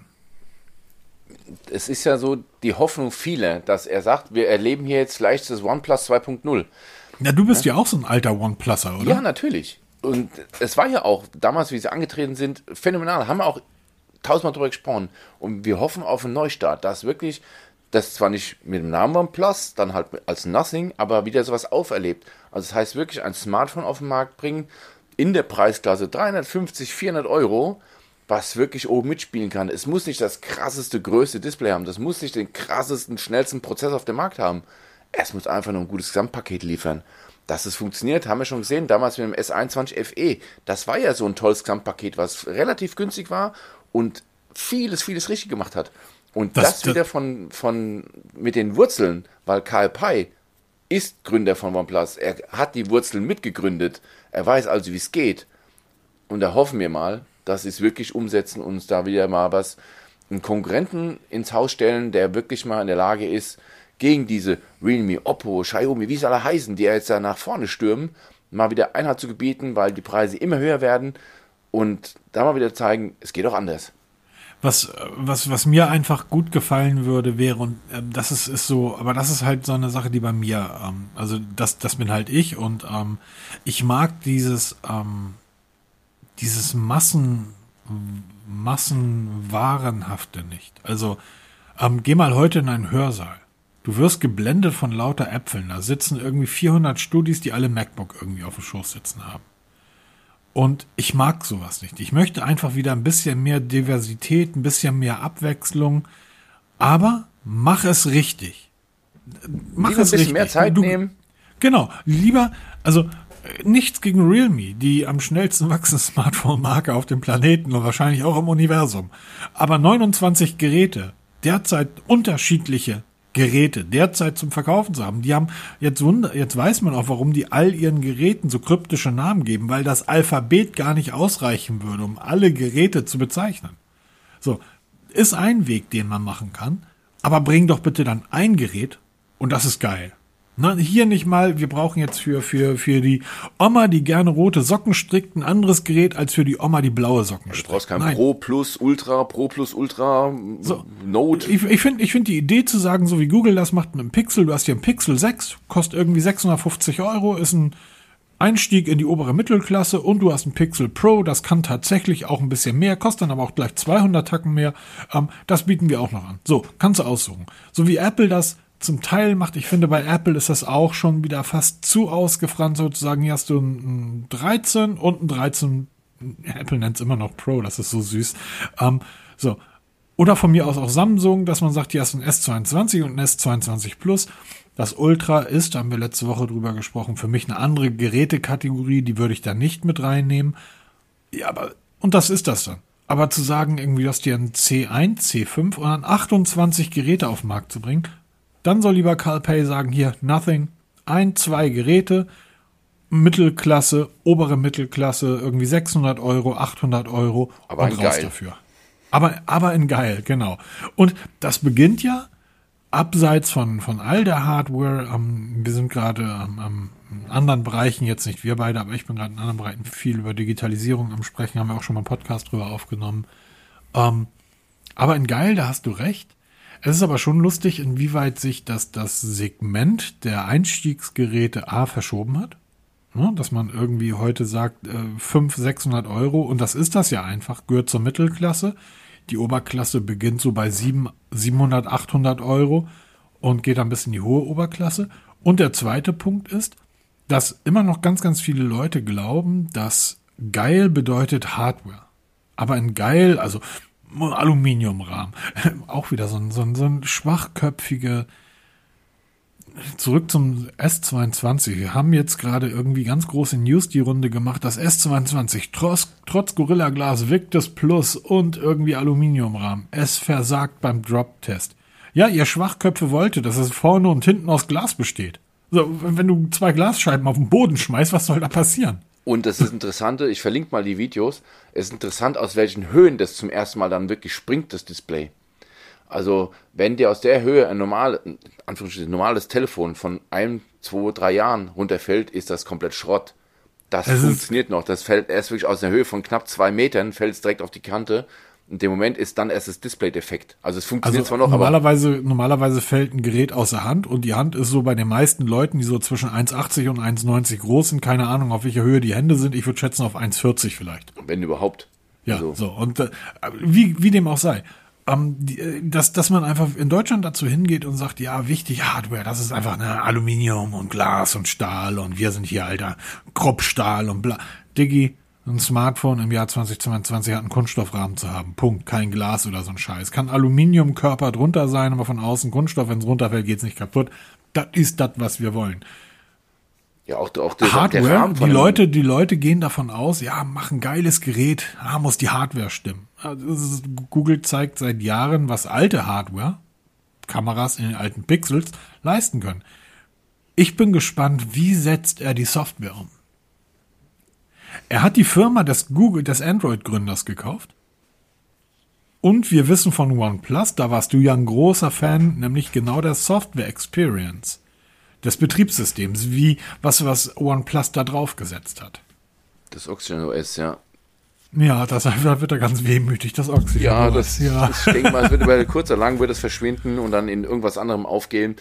Speaker 2: Es ist ja so die Hoffnung vieler, dass er sagt, wir erleben hier jetzt vielleicht das OnePlus 2.0.
Speaker 1: Ja, du bist ja auch so ein alter OnePluser, oder?
Speaker 2: Ja, natürlich. Und es war ja auch damals, wie sie angetreten sind, phänomenal. Haben wir auch tausendmal drüber gesprochen. Und wir hoffen auf einen Neustart, dass wirklich, das zwar nicht mit dem Namen OnePlus, dann halt als Nothing, aber wieder sowas auferlebt. Also das heißt wirklich ein Smartphone auf den Markt bringen, in der Preisklasse 350, 400 Euro, was wirklich oben mitspielen kann. Es muss nicht das krasseste, größte Display haben. Das muss nicht den krassesten, schnellsten Prozessor auf dem Markt haben. Es muss einfach nur ein gutes Gesamtpaket liefern. Dass es funktioniert, haben wir schon gesehen. Damals mit dem S21 FE. Das war ja so ein tolles Gesamtpaket, was relativ günstig war und vieles richtig gemacht hat. Und das wieder mit den Wurzeln, weil Carl Pei ist Gründer von OnePlus. Er hat die Wurzeln mitgegründet. Er weiß also, wie es geht. Und da hoffen wir mal, dass sie es wirklich umsetzen und uns da wieder mal einen Konkurrenten ins Haus stellen, der wirklich mal in der Lage ist, gegen diese Realme, Oppo, Xiaomi, wie sie alle heißen, die jetzt da nach vorne stürmen, mal wieder Einhalt zu gebieten, weil die Preise immer höher werden und da mal wieder zeigen, es geht auch anders.
Speaker 1: Was mir einfach gut gefallen würde, wäre, und das ist so, aber das ist halt so eine Sache, die bei mir, also das bin halt ich und ich mag dieses Massenwarenhafte nicht. Also, geh mal heute in einen Hörsaal. Du wirst geblendet von lauter Äpfeln. Da sitzen irgendwie 400 Studis, die alle MacBook irgendwie auf dem Schoß sitzen haben. Und ich mag sowas nicht. Ich möchte einfach wieder ein bisschen mehr Diversität, ein bisschen mehr Abwechslung. Aber mach es richtig.
Speaker 2: Mach es richtig. Ein bisschen mehr Zeit nehmen.
Speaker 1: Genau. Lieber, also, nichts gegen Realme, die am schnellsten wachsende Smartphone-Marke auf dem Planeten und wahrscheinlich auch im Universum. Aber 29 Geräte, derzeit unterschiedliche Geräte, derzeit zum Verkaufen zu haben. Die haben jetzt weiß man auch, warum die all ihren Geräten so kryptische Namen geben, weil das Alphabet gar nicht ausreichen würde, um alle Geräte zu bezeichnen. So, ist ein Weg, den man machen kann, aber bring doch bitte dann ein Gerät und das ist geil. Na, hier nicht mal, wir brauchen jetzt für die Oma, die gerne rote Socken strickt, ein anderes Gerät als für die Oma, die blaue Socken strickt.
Speaker 2: Du brauchst kein Pro Plus Ultra,
Speaker 1: so,
Speaker 2: Note.
Speaker 1: Ich finde die Idee zu sagen, so wie Google das macht mit einem Pixel, du hast hier einen Pixel 6, kostet irgendwie 650 Euro, ist ein Einstieg in die obere Mittelklasse und du hast einen Pixel Pro, das kann tatsächlich auch ein bisschen mehr, kostet dann aber auch gleich 200 Tacken mehr. Das bieten wir auch noch an. So, kannst du aussuchen. So wie Apple das zum Teil macht. Ich finde, bei Apple ist das auch schon wieder fast zu ausgefranst, sozusagen. Hier hast du ein 13 und ein 13, Apple nennt es immer noch Pro, das ist so süß. So. Oder von mir aus auch Samsung, dass man sagt, hier hast du ein S22 und ein S22 Plus. Das Ultra ist, da haben wir letzte Woche drüber gesprochen, für mich eine andere Gerätekategorie, die würde ich da nicht mit reinnehmen. Ja, und das ist das dann. Aber zu sagen, irgendwie, du hast dir ein C1, C5 und dann 28 Geräte auf den Markt zu bringen, dann soll lieber Carl Pei sagen, hier, Nothing, 2 Geräte, Mittelklasse, obere Mittelklasse, irgendwie 600 Euro, 800 Euro
Speaker 2: aber
Speaker 1: und raus geil. Dafür. Aber in geil, genau. Und das beginnt ja abseits von all der Hardware. Wir sind gerade am anderen Bereichen, jetzt nicht wir beide, aber ich bin gerade in anderen Bereichen viel über Digitalisierung am Sprechen, haben wir auch schon mal einen Podcast drüber aufgenommen. Aber in geil, da hast du recht. Es ist aber schon lustig, inwieweit sich das Segment der Einstiegsgeräte verschoben hat. Ne, dass man irgendwie heute sagt, 500, 600 Euro, und das ist das ja einfach, gehört zur Mittelklasse. Die Oberklasse beginnt so bei 700, 800 Euro und geht dann bis in die hohe Oberklasse. Und der zweite Punkt ist, dass immer noch ganz, ganz viele Leute glauben, dass geil bedeutet Hardware. Aber in geil, also Aluminiumrahmen, auch wieder so ein schwachköpfige. Zurück zum S22. Wir haben jetzt gerade irgendwie ganz große News die Runde gemacht, das S22 trotz Gorilla Glas, Victus Plus und irgendwie Aluminiumrahmen. Es versagt beim Drop-Test. Ja, ihr Schwachköpfe wolltet, dass es vorne und hinten aus Glas besteht. So, wenn du 2 Glasscheiben auf den Boden schmeißt, was soll da passieren?
Speaker 2: Und das ist Interessante, ich verlinke mal die Videos, es ist interessant, aus welchen Höhen das zum ersten Mal dann wirklich springt, das Display. Also, wenn dir aus der Höhe ein normales Telefon von 1, 2, 3 Jahren runterfällt, ist das komplett Schrott. Das funktioniert noch. Das fällt erst wirklich aus der Höhe von knapp 2 Metern, fällt es direkt auf die Kante. In dem Moment ist dann erst das Display defekt. Also, es funktioniert zwar noch,
Speaker 1: normalerweise fällt ein Gerät aus der Hand und die Hand ist so bei den meisten Leuten, die so zwischen 1,80 und 1,90 groß sind, keine Ahnung, auf welcher Höhe die Hände sind. Ich würde schätzen auf 1,40 vielleicht.
Speaker 2: Wenn überhaupt.
Speaker 1: Ja, also. So. Und wie dem auch sei. Dass man einfach in Deutschland dazu hingeht und sagt, ja, wichtig Hardware, das ist einfach Aluminium und Glas und Stahl und wir sind hier, Alter, Kruppstahl und bla. Diggi, ein Smartphone im Jahr 2022 hat einen Kunststoffrahmen zu haben. Punkt. Kein Glas oder so ein Scheiß. Kann Aluminiumkörper drunter sein, aber von außen Kunststoff, wenn es runterfällt, geht's nicht kaputt. Das ist das, was wir wollen.
Speaker 2: Ja, auch
Speaker 1: Hardware, die Leute gehen davon aus, ja, mach ein geiles Gerät, muss die Hardware stimmen. Also Google zeigt seit Jahren, was alte Hardware, Kameras in den alten Pixels, leisten können. Ich bin gespannt, wie setzt er die Software um? Er hat die Firma des Android-Gründers gekauft. Und wir wissen von OnePlus, da warst du ja ein großer Fan, nämlich genau der Software Experience. Des Betriebssystems, wie was OnePlus da drauf gesetzt hat.
Speaker 2: Das Oxygen OS, ja.
Speaker 1: Ja, da wird er ganz wehmütig, das Oxygen OS.
Speaker 2: Ich denke mal, es wird über kurz oder lang wird es verschwinden und dann in irgendwas anderem aufgehen.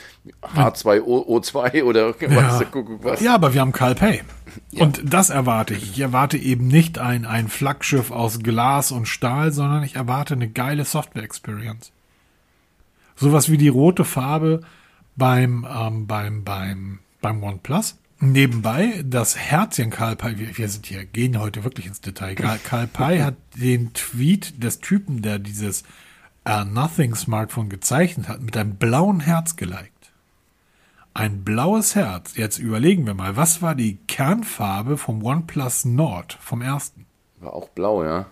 Speaker 2: H2O2 oder was.
Speaker 1: Ja, aber wir haben CalPay. Ja. Und das erwarte ich. Ich erwarte eben nicht ein Flaggschiff aus Glas und Stahl, sondern ich erwarte eine geile Software-Experience. Sowas wie die rote Farbe beim OnePlus. Nebenbei, das Herzchen Carl Pei, wir gehen heute wirklich ins Detail. Carl Pei hat den Tweet des Typen, der dieses Nothing Smartphone gezeichnet hat, mit einem blauen Herz geliked. Ein blaues Herz. Jetzt überlegen wir mal, was war die Kernfarbe vom OnePlus Nord, vom ersten?
Speaker 2: War auch blau, ja.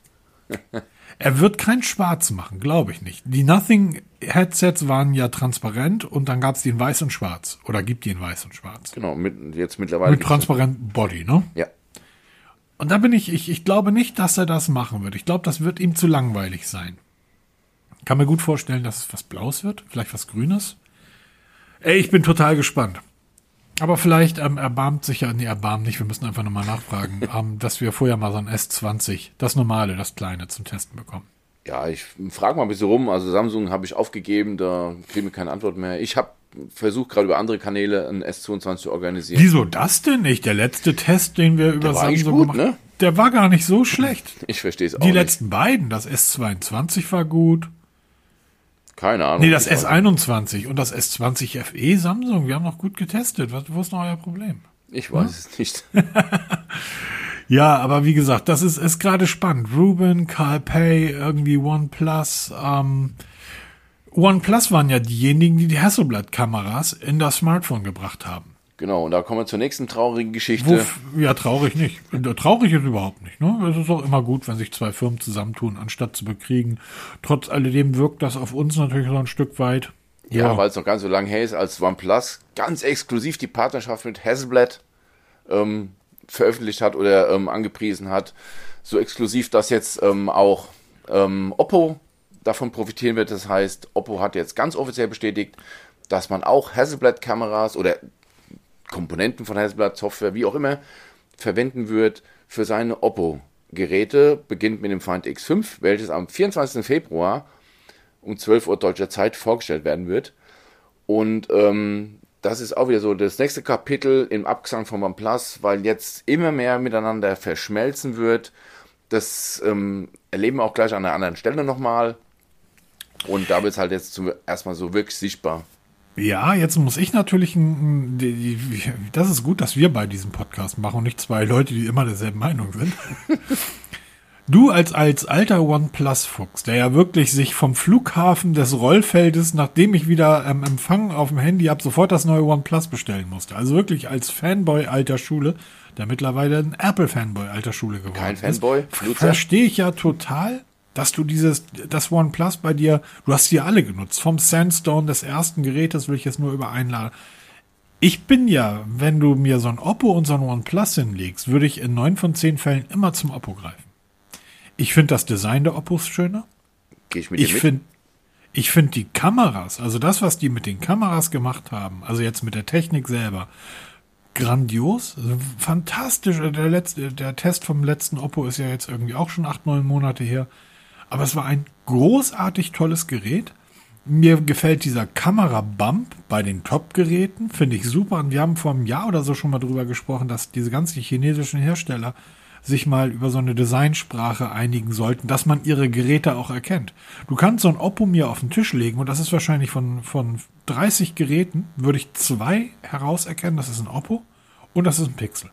Speaker 1: Er wird kein Schwarz machen, glaube ich nicht. Die Nothing-Headsets waren ja transparent und dann gab es die in Weiß und Schwarz. Oder gibt die in Weiß und Schwarz.
Speaker 2: Genau, jetzt mittlerweile.
Speaker 1: Mit transparentem Body, ne?
Speaker 2: Ja.
Speaker 1: Und da bin ich glaube nicht, dass er das machen wird. Ich glaube, das wird ihm zu langweilig sein. Kann mir gut vorstellen, dass es was Blaues wird, vielleicht was Grünes. Ich bin total gespannt. Aber vielleicht erbarmt sich erbarmt nicht, wir müssen einfach nochmal nachfragen, dass wir vorher mal so ein S20, das normale, das kleine, zum Testen bekommen.
Speaker 2: Ja, ich frage mal ein bisschen rum, also Samsung habe ich aufgegeben, da kriege ich keine Antwort mehr. Ich habe versucht gerade über andere Kanäle ein S22 zu organisieren.
Speaker 1: Wieso das denn nicht? Der letzte Test, den wir über Samsung gemacht haben, der war gar nicht so schlecht.
Speaker 2: Ich verstehe es auch nicht.
Speaker 1: Die letzten beiden, das S22 war gut.
Speaker 2: Keine Ahnung.
Speaker 1: Nee, das S21 und das S20 FE Samsung, wir haben noch gut getestet. Wo ist noch euer Problem?
Speaker 2: Ich weiß es nicht.
Speaker 1: Ja, aber wie gesagt, das ist gerade spannend. Ruben, CalPay, irgendwie OnePlus. OnePlus waren ja diejenigen, die Hasselblad-Kameras in das Smartphone gebracht haben.
Speaker 2: Genau, und da kommen wir zur nächsten traurigen Geschichte.
Speaker 1: Ja, traurig nicht. Traurig ist überhaupt nicht. Ne? Es ist auch immer gut, wenn sich zwei Firmen zusammentun, anstatt zu bekriegen. Trotz alledem wirkt das auf uns natürlich so ein Stück weit.
Speaker 2: Ja, weil es noch ganz so lange her ist, als OnePlus ganz exklusiv die Partnerschaft mit Hasselblad veröffentlicht hat oder angepriesen hat. So exklusiv, dass jetzt auch Oppo davon profitieren wird. Das heißt, Oppo hat jetzt ganz offiziell bestätigt, dass man auch Hasselblad-Kameras oder Komponenten von Hasselblad, Software, wie auch immer, verwenden wird für seine Oppo-Geräte. Beginnt mit dem Find X5, welches am 24. Februar um 12 Uhr deutscher Zeit vorgestellt werden wird. Und das ist auch wieder so das nächste Kapitel im Abgesang von OnePlus, weil jetzt immer mehr miteinander verschmelzen wird. das erleben wir auch gleich an einer anderen Stelle nochmal. Und da wird es halt jetzt erstmal so wirklich sichtbar.
Speaker 1: Ja, jetzt muss ich natürlich, das ist gut, dass wir bei diesem Podcast machen und nicht zwei Leute, die immer derselben Meinung sind. Du als alter OnePlus-Fuchs, der ja wirklich sich vom Flughafen des Rollfeldes, nachdem ich wieder Empfang auf dem Handy habe, sofort das neue OnePlus bestellen musste. Also wirklich als Fanboy alter Schule, der mittlerweile ein Apple-Fanboy alter Schule geworden ist.
Speaker 2: Kein Fanboy?
Speaker 1: Verstehe ich ja total, dass du das OnePlus bei dir, du hast die alle genutzt. Vom Sandstone des ersten Gerätes will ich jetzt nur über einladen. Ich bin ja, wenn du mir so ein Oppo und so ein OnePlus hinlegst, würde ich in 9 von 10 Fällen immer zum Oppo greifen. Ich finde das Design der Oppos schöner.
Speaker 2: Gehe ich mit dir mit?
Speaker 1: Ich finde die Kameras, also das, was die mit den Kameras gemacht haben, also jetzt mit der Technik selber, grandios, fantastisch. Der Test vom letzten Oppo ist ja jetzt irgendwie auch schon 8, 9 Monate her. Aber es war ein großartig tolles Gerät. Mir gefällt dieser Kamera-Bump bei den Top-Geräten, finde ich super. Und wir haben vor einem Jahr oder so schon mal drüber gesprochen, dass diese ganzen chinesischen Hersteller sich mal über so eine Designsprache einigen sollten, dass man ihre Geräte auch erkennt. Du kannst so ein Oppo mir auf den Tisch legen und das ist wahrscheinlich von 30 Geräten, würde ich 2 herauserkennen, das ist ein Oppo und das ist ein Pixel.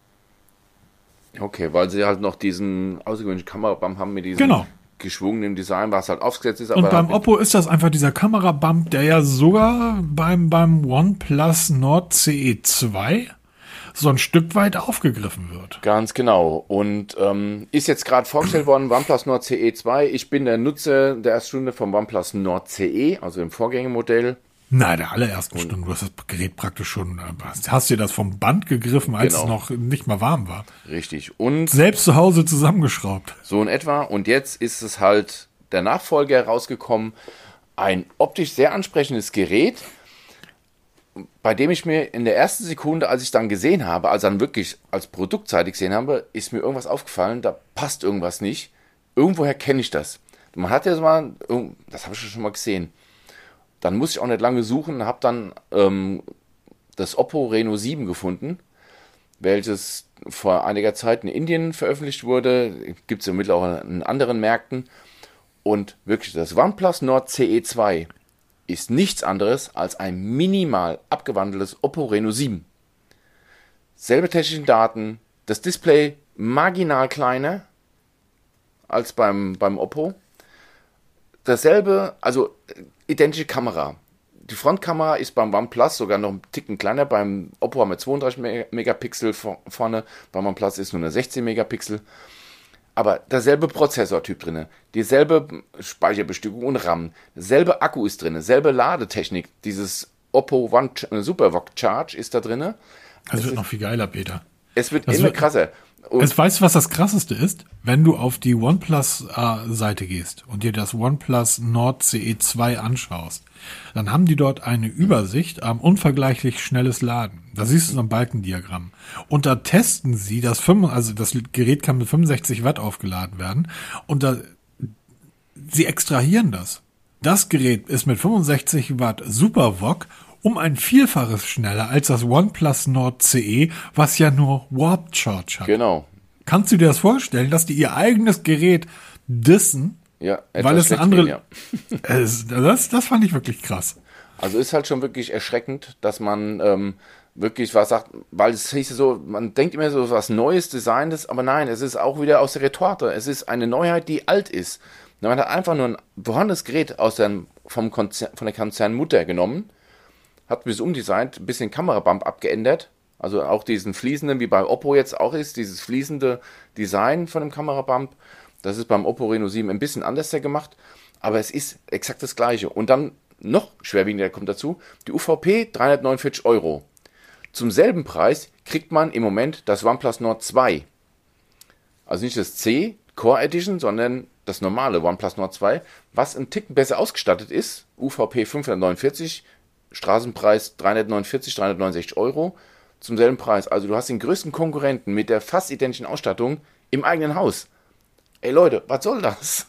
Speaker 2: Okay, weil sie halt noch diesen außergewöhnlichen Kamerabump haben mit diesem geschwungenen Design, was halt aufgesetzt ist.
Speaker 1: Und
Speaker 2: aber
Speaker 1: beim Oppo ist das einfach dieser Kamerabump, der ja sogar beim OnePlus Nord CE 2 so ein Stück weit aufgegriffen wird.
Speaker 2: Ganz genau. Und ist jetzt gerade vorgestellt worden, OnePlus Nord CE 2. Ich bin der Nutzer der ersten Stunde vom OnePlus Nord CE, also im Vorgängermodell.
Speaker 1: Nein, der allerersten Stunde. Du hast das Gerät praktisch schon, hast dir das vom Band gegriffen, als es noch nicht mal warm war.
Speaker 2: Richtig. Und
Speaker 1: selbst zu Hause zusammengeschraubt.
Speaker 2: So in etwa. Und jetzt ist es halt der Nachfolger rausgekommen. Ein optisch sehr ansprechendes Gerät, bei dem ich mir in der ersten Sekunde, als ich dann gesehen habe, also dann wirklich als Produktseite gesehen habe, ist mir irgendwas aufgefallen, da passt irgendwas nicht. Irgendwoher kenne ich das. Man hat ja so mal, das habe ich schon mal gesehen. Dann muss ich auch nicht lange suchen, habe dann das Oppo Reno 7 gefunden, welches vor einiger Zeit in Indien veröffentlicht wurde. Gibt es ja mittlerweile auch in anderen Märkten. Und wirklich, das OnePlus Nord CE 2 ist nichts anderes als ein minimal abgewandeltes Oppo Reno 7. Selbe technischen Daten, das Display marginal kleiner als beim Oppo. Dasselbe, also identische Kamera. Die Frontkamera ist beim OnePlus sogar noch einen Ticken kleiner. Beim Oppo haben wir 32 Megapixel vorne, beim OnePlus ist nur eine 16 Megapixel. Aber derselbe Prozessortyp drin, dieselbe Speicherbestückung und RAM, derselbe Akku ist drin, selbe Ladetechnik, dieses Oppo One SuperVOOC Charge ist da drin.
Speaker 1: Das wird noch viel geiler, Peter.
Speaker 2: Es wird immer krasser.
Speaker 1: Weißt du, was das Krasseste ist? Wenn du auf die OnePlus-Seite gehst und dir das OnePlus Nord CE 2 anschaust, dann haben die dort eine Übersicht am unvergleichlich schnelles Laden. Da siehst du so ein Balkendiagramm. Und da testen sie, das Gerät kann mit 65 Watt aufgeladen werden. Und sie extrahieren das. Das Gerät ist mit 65 Watt SuperVOOC um ein Vielfaches schneller als das OnePlus Nord CE, was ja nur Warp Charge hat.
Speaker 2: Genau.
Speaker 1: Kannst du dir das vorstellen, dass die ihr eigenes Gerät dissen,
Speaker 2: ja,
Speaker 1: weil es eine andere... Das fand ich wirklich krass.
Speaker 2: Also ist halt schon wirklich erschreckend, dass man wirklich was sagt, weil es hieß so, man denkt immer so was Neues, Designes, aber nein, es ist auch wieder aus der Retorte. Es ist eine Neuheit, die alt ist. Man hat einfach nur ein vorhandenes Gerät von der Konzernmutter genommen, hat bis umdesignt, ein bisschen Kamerabump abgeändert, also auch diesen fließenden, wie bei Oppo jetzt auch ist, dieses fließende Design von dem Kamerabump, das ist beim Oppo Reno 7 ein bisschen anders gemacht, aber es ist exakt das gleiche. Und dann noch schwerwiegender kommt dazu, die UVP 349 €. Zum selben Preis kriegt man im Moment das OnePlus Nord 2. Also nicht das C Core Edition, sondern das normale OnePlus Nord 2, was ein Ticken besser ausgestattet ist, UVP 549, Straßenpreis 369 € zum selben Preis. Also du hast den größten Konkurrenten mit der fast identischen Ausstattung im eigenen Haus. Ey Leute, was soll das?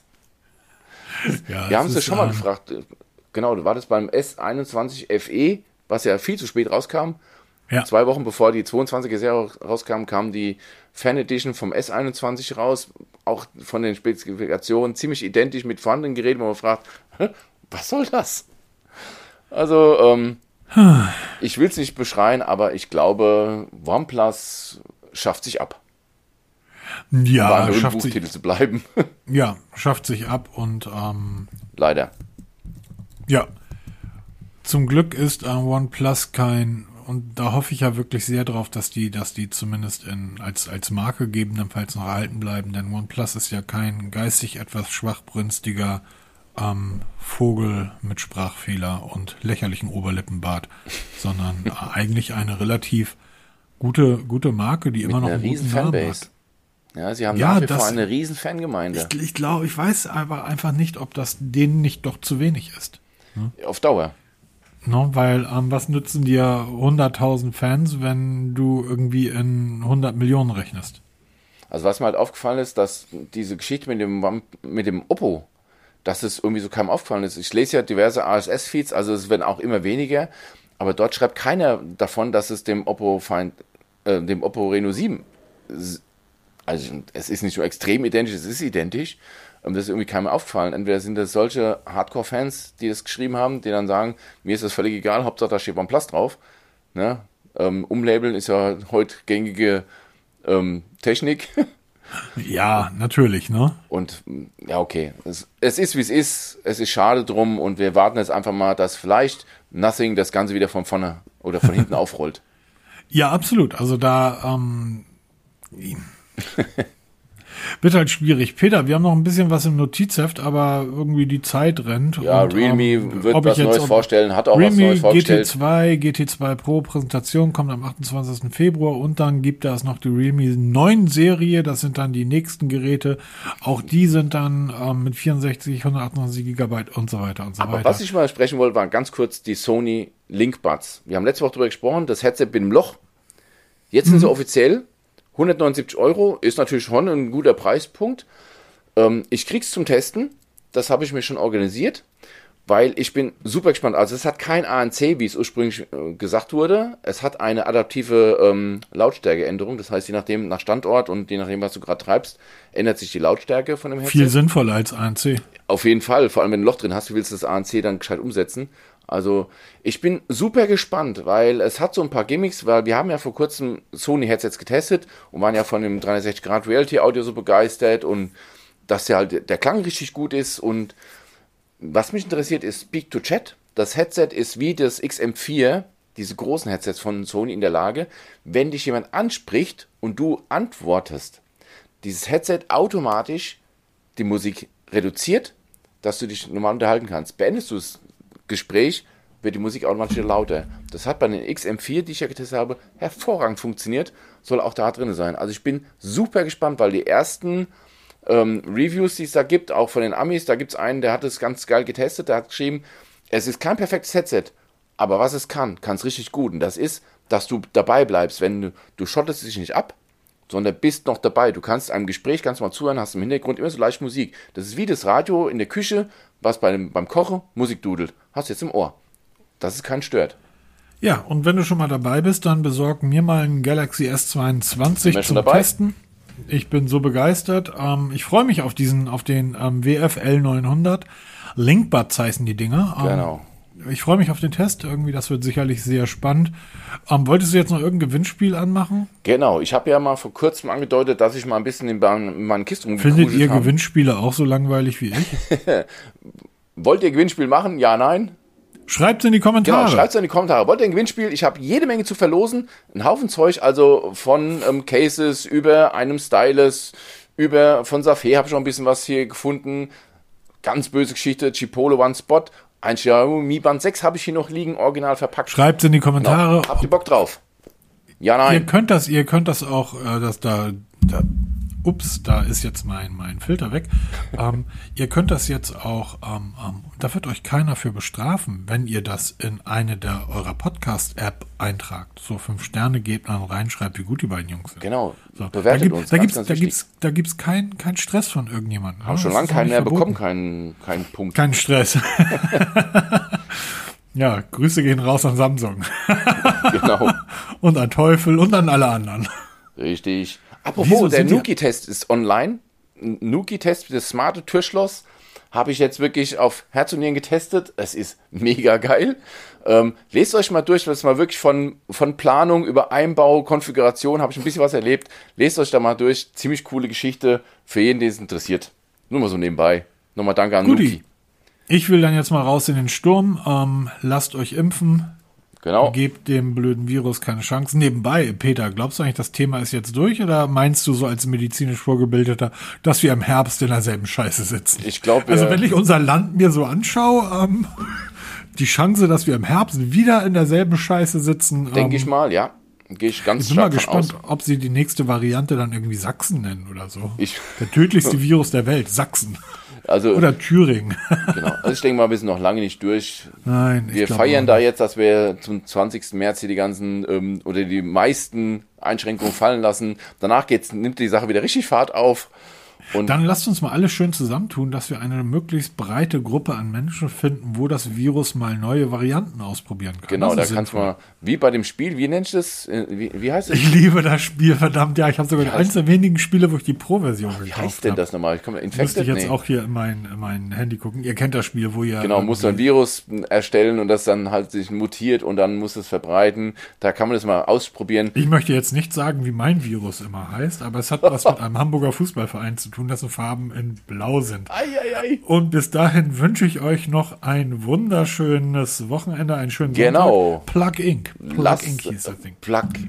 Speaker 1: Ja,
Speaker 2: wir haben es schon mal gefragt. Genau, du wartest beim S21 FE, was ja viel zu spät rauskam.
Speaker 1: Ja.
Speaker 2: 2 Wochen bevor die 22er-Serie rauskam, kam die Fan Edition vom S21 raus. Auch von den Spezifikationen ziemlich identisch mit vorhandenen Geräten, wo man fragt, was soll das? Also, ich will es nicht beschreien, aber ich glaube, OnePlus schafft sich ab.
Speaker 1: Ja, schafft sich,
Speaker 2: zu bleiben.
Speaker 1: ja, schafft sich ab und
Speaker 2: Leider.
Speaker 1: ja, zum Glück ist OnePlus kein, und da hoffe ich ja wirklich sehr drauf, dass die zumindest als Marke gegebenenfalls noch erhalten bleiben, denn OnePlus ist ja kein geistig etwas schwachbrünstiger Vogel mit Sprachfehler und lächerlichen Oberlippenbart, sondern eigentlich eine relativ gute Marke, die immer noch einen
Speaker 2: riesen
Speaker 1: guten Namen
Speaker 2: Fanbase.
Speaker 1: hat.
Speaker 2: Ja, sie haben nach wie vor eine riesen Fangemeinde.
Speaker 1: Ich glaube, ich weiß aber einfach nicht, ob das denen nicht doch zu wenig ist.
Speaker 2: Auf Dauer.
Speaker 1: No, weil was nützen dir 100.000 Fans, wenn du irgendwie in 100 Millionen rechnest?
Speaker 2: Also was mir halt aufgefallen ist, dass diese Geschichte mit dem Oppo, dass es irgendwie so keinem aufgefallen ist. Ich lese ja diverse RSS-Feeds, also es werden auch immer weniger, aber dort schreibt keiner davon, dass es dem Oppo Reno 7, also es ist nicht so extrem identisch, es ist identisch, das ist irgendwie keinem aufgefallen. Entweder sind das solche Hardcore-Fans, die das geschrieben haben, die dann sagen, mir ist das völlig egal, Hauptsache da steht OnePlus drauf. Ne? Umlabeln ist ja heute gängige Technik.
Speaker 1: Ja, natürlich, ne?
Speaker 2: Und ja, okay. Es ist, wie es ist. Es ist schade drum und wir warten jetzt einfach mal, dass vielleicht Nothing das Ganze wieder von vorne oder von hinten aufrollt.
Speaker 1: Ja, absolut. Also da wird halt schwierig. Peter, wir haben noch ein bisschen was im Notizheft, aber irgendwie die Zeit rennt.
Speaker 2: Ja,
Speaker 1: und,
Speaker 2: Realme wird was Neues vorstellen, hat auch
Speaker 1: Realme
Speaker 2: was Neues vorgestellt.
Speaker 1: GT2 Pro Präsentation kommt am 28. Februar und dann gibt es noch die Realme 9 Serie, das sind dann die nächsten Geräte. Auch die sind dann mit 64, 128 Gigabyte und so weiter und so weiter.
Speaker 2: Was ich mal sprechen wollte, waren ganz kurz die Sony Link Buds. Wir haben letzte Woche darüber gesprochen, das Headset mit dem Loch. Jetzt sind sie offiziell. 179 € ist natürlich schon ein guter Preispunkt. Ich krieg's zum Testen. Das habe ich mir schon organisiert, weil ich bin super gespannt. Also es hat kein ANC, wie es ursprünglich gesagt wurde. Es hat eine adaptive Lautstärkeänderung. Das heißt, je nachdem, nach Standort und je nachdem, was du gerade treibst, ändert sich die Lautstärke von dem Headset.
Speaker 1: Viel sinnvoller als ANC.
Speaker 2: Auf jeden Fall. Vor allem, wenn du ein Loch drin hast, du willst das ANC dann gescheit umsetzen. Also ich bin super gespannt, weil es hat so ein paar Gimmicks, weil wir haben ja vor kurzem Sony-Headsets getestet und waren ja von dem 360-Grad-Reality-Audio so begeistert und dass ja halt der Klang richtig gut ist. Und was mich interessiert ist Speak to Chat. Das Headset ist wie das XM4, diese großen Headsets von Sony, in der Lage, wenn dich jemand anspricht und du antwortest, dieses Headset automatisch die Musik reduziert, dass du dich normal unterhalten kannst. Beendest du das Gespräch, wird die Musik automatisch lauter. Das hat bei den XM4, die ich ja getestet habe, hervorragend funktioniert. Soll auch da drin sein. Also ich bin super gespannt, weil die ersten Reviews, die es da gibt, auch von den Amis, da gibt es einen, der hat es ganz geil getestet, der hat geschrieben, es ist kein perfektes Headset, aber was es kann es richtig gut. Und das ist, dass du dabei bleibst, wenn du schottest dich nicht ab, sondern bist noch dabei. Du kannst einem Gespräch ganz mal zuhören, hast im Hintergrund immer so leicht Musik. Das ist wie das Radio in der Küche, was beim Kochen Musik dudelt. Hast du jetzt im Ohr. Dass es keinen stört.
Speaker 1: Ja, und wenn du schon mal dabei bist, dann besorg mir mal einen Galaxy S22 zum
Speaker 2: dabei?
Speaker 1: Testen. Ich bin so begeistert. Ich freue mich auf den WFL 900. Linkbuds heißen die Dinger.
Speaker 2: Genau.
Speaker 1: Ich freue mich auf den Test. Irgendwie, das wird sicherlich sehr spannend. Wolltest du jetzt noch irgendein Gewinnspiel anmachen?
Speaker 2: Genau. Ich habe ja mal vor kurzem angedeutet, dass ich mal ein bisschen in meinen Kisten
Speaker 1: Findet ihr Gewinnspiele auch so langweilig wie ich?
Speaker 2: Wollt ihr Gewinnspiel machen? Ja, nein?
Speaker 1: Schreibt es in die Kommentare.
Speaker 2: Genau, schreibt es in die Kommentare. Wollt ihr ein Gewinnspiel? Ich habe jede Menge zu verlosen. Ein Haufen Zeug, also von Cases über einem Stylus, von Safé habe ich noch ein bisschen was hier gefunden. Ganz böse Geschichte, Chipolo One Spot. Ein Xiaomi Band 6 habe ich hier noch liegen, original verpackt.
Speaker 1: Schreibt es in die Kommentare.
Speaker 2: Genau. Habt ihr Bock drauf? Ja, nein.
Speaker 1: Ihr könnt das auch, ups, da ist jetzt mein Filter weg. Ihr könnt das jetzt auch, da wird euch keiner für bestrafen, wenn ihr das in eine eurer Podcast-App eintragt. So 5 Sterne gebt, dann reinschreibt, wie gut die beiden Jungs sind.
Speaker 2: Genau.
Speaker 1: So.
Speaker 2: Bewertet uns.
Speaker 1: Da gibt's keinen Stress von irgendjemandem.
Speaker 2: Haben schon lange keinen mehr bekommen, keinen Punkt.
Speaker 1: Kein Stress. Ja, Grüße gehen raus an Samsung.
Speaker 2: Genau.
Speaker 1: Und an Teufel und an alle anderen.
Speaker 2: Richtig. Apropos, der Nuki-Test ist online. Nuki-Test für das smarte Türschloss habe ich jetzt wirklich auf Herz und Nieren getestet. Es ist mega geil. Lest euch mal durch, das ist mal wirklich von Planung über Einbau, Konfiguration, habe ich ein bisschen was erlebt. Lest euch da mal durch. Ziemlich coole Geschichte für jeden, den es interessiert. Nur mal so nebenbei. Nochmal danke an Nuki.
Speaker 1: Ich will dann jetzt mal raus in den Sturm. Lasst euch impfen.
Speaker 2: Genau.
Speaker 1: Gebt dem blöden Virus keine Chance. Nebenbei, Peter, glaubst du eigentlich, das Thema ist jetzt durch? Oder meinst du so als medizinisch Vorgebildeter, dass wir im Herbst in derselben Scheiße sitzen?
Speaker 2: Ich glaube,
Speaker 1: also wenn ich unser Land mir so anschaue, die Chance, dass wir im Herbst wieder in derselben Scheiße sitzen.
Speaker 2: Denke ich mal, ja. Gehe ich ganz
Speaker 1: stark von aus. Ich bin mal gespannt, ob sie die nächste Variante dann irgendwie Sachsen nennen oder so. Der tödlichste Virus der Welt, Sachsen.
Speaker 2: Also,
Speaker 1: oder Thüringen.
Speaker 2: Genau. Also ich denke mal, wir sind noch lange nicht durch.
Speaker 1: Nein,
Speaker 2: wir feiern da jetzt, dass wir zum 20. März hier die ganzen oder die meisten Einschränkungen fallen lassen. Danach nimmt die Sache wieder richtig Fahrt auf. Und
Speaker 1: dann lasst uns mal alle schön zusammentun, dass wir eine möglichst breite Gruppe an Menschen finden, wo das Virus mal neue Varianten ausprobieren kann.
Speaker 2: Genau, da kannst du mal, wie bei dem Spiel, wie nennst du das? Wie heißt es?
Speaker 1: Ich liebe das Spiel, verdammt, ja. Ich habe sogar eins der wenigen Spiele, wo ich die Pro-Version gekauft habe.
Speaker 2: Wie heißt denn das nochmal?
Speaker 1: Müsste ich jetzt auch hier in mein Handy gucken. Ihr kennt das Spiel, wo ihr...
Speaker 2: Genau, musst du ein Virus erstellen und das dann halt sich mutiert und dann muss es verbreiten. Da kann man das mal ausprobieren.
Speaker 1: Ich möchte jetzt nicht sagen, wie mein Virus immer heißt, aber es hat was mit einem Hamburger Fußballverein zu tun, dessen Farben in Blau sind. Und bis dahin wünsche ich euch noch ein wunderschönes Wochenende, einen schönen
Speaker 2: Sonntag.
Speaker 1: Plug Inc. Plug Inc. hieß das Ding.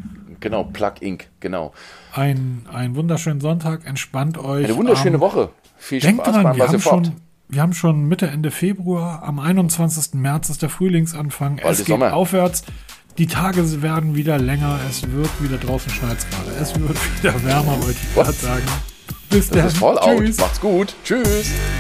Speaker 2: Plug Inc. Genau.
Speaker 1: Ein wunderschönen Sonntag, entspannt euch.
Speaker 2: Eine wunderschöne Woche. Viel Spaß
Speaker 1: beim Wasserfahrt. Wir haben schon Mitte, Ende Februar. Am 21. März ist der Frühlingsanfang. Es geht Sommer. Aufwärts. Die Tage werden wieder länger. Es wird wieder draußen schneit's gerade. Es wird wieder wärmer, wollte ich gerade sagen. Bis dann.
Speaker 2: Das ist Fallout. Macht's gut. Tschüss.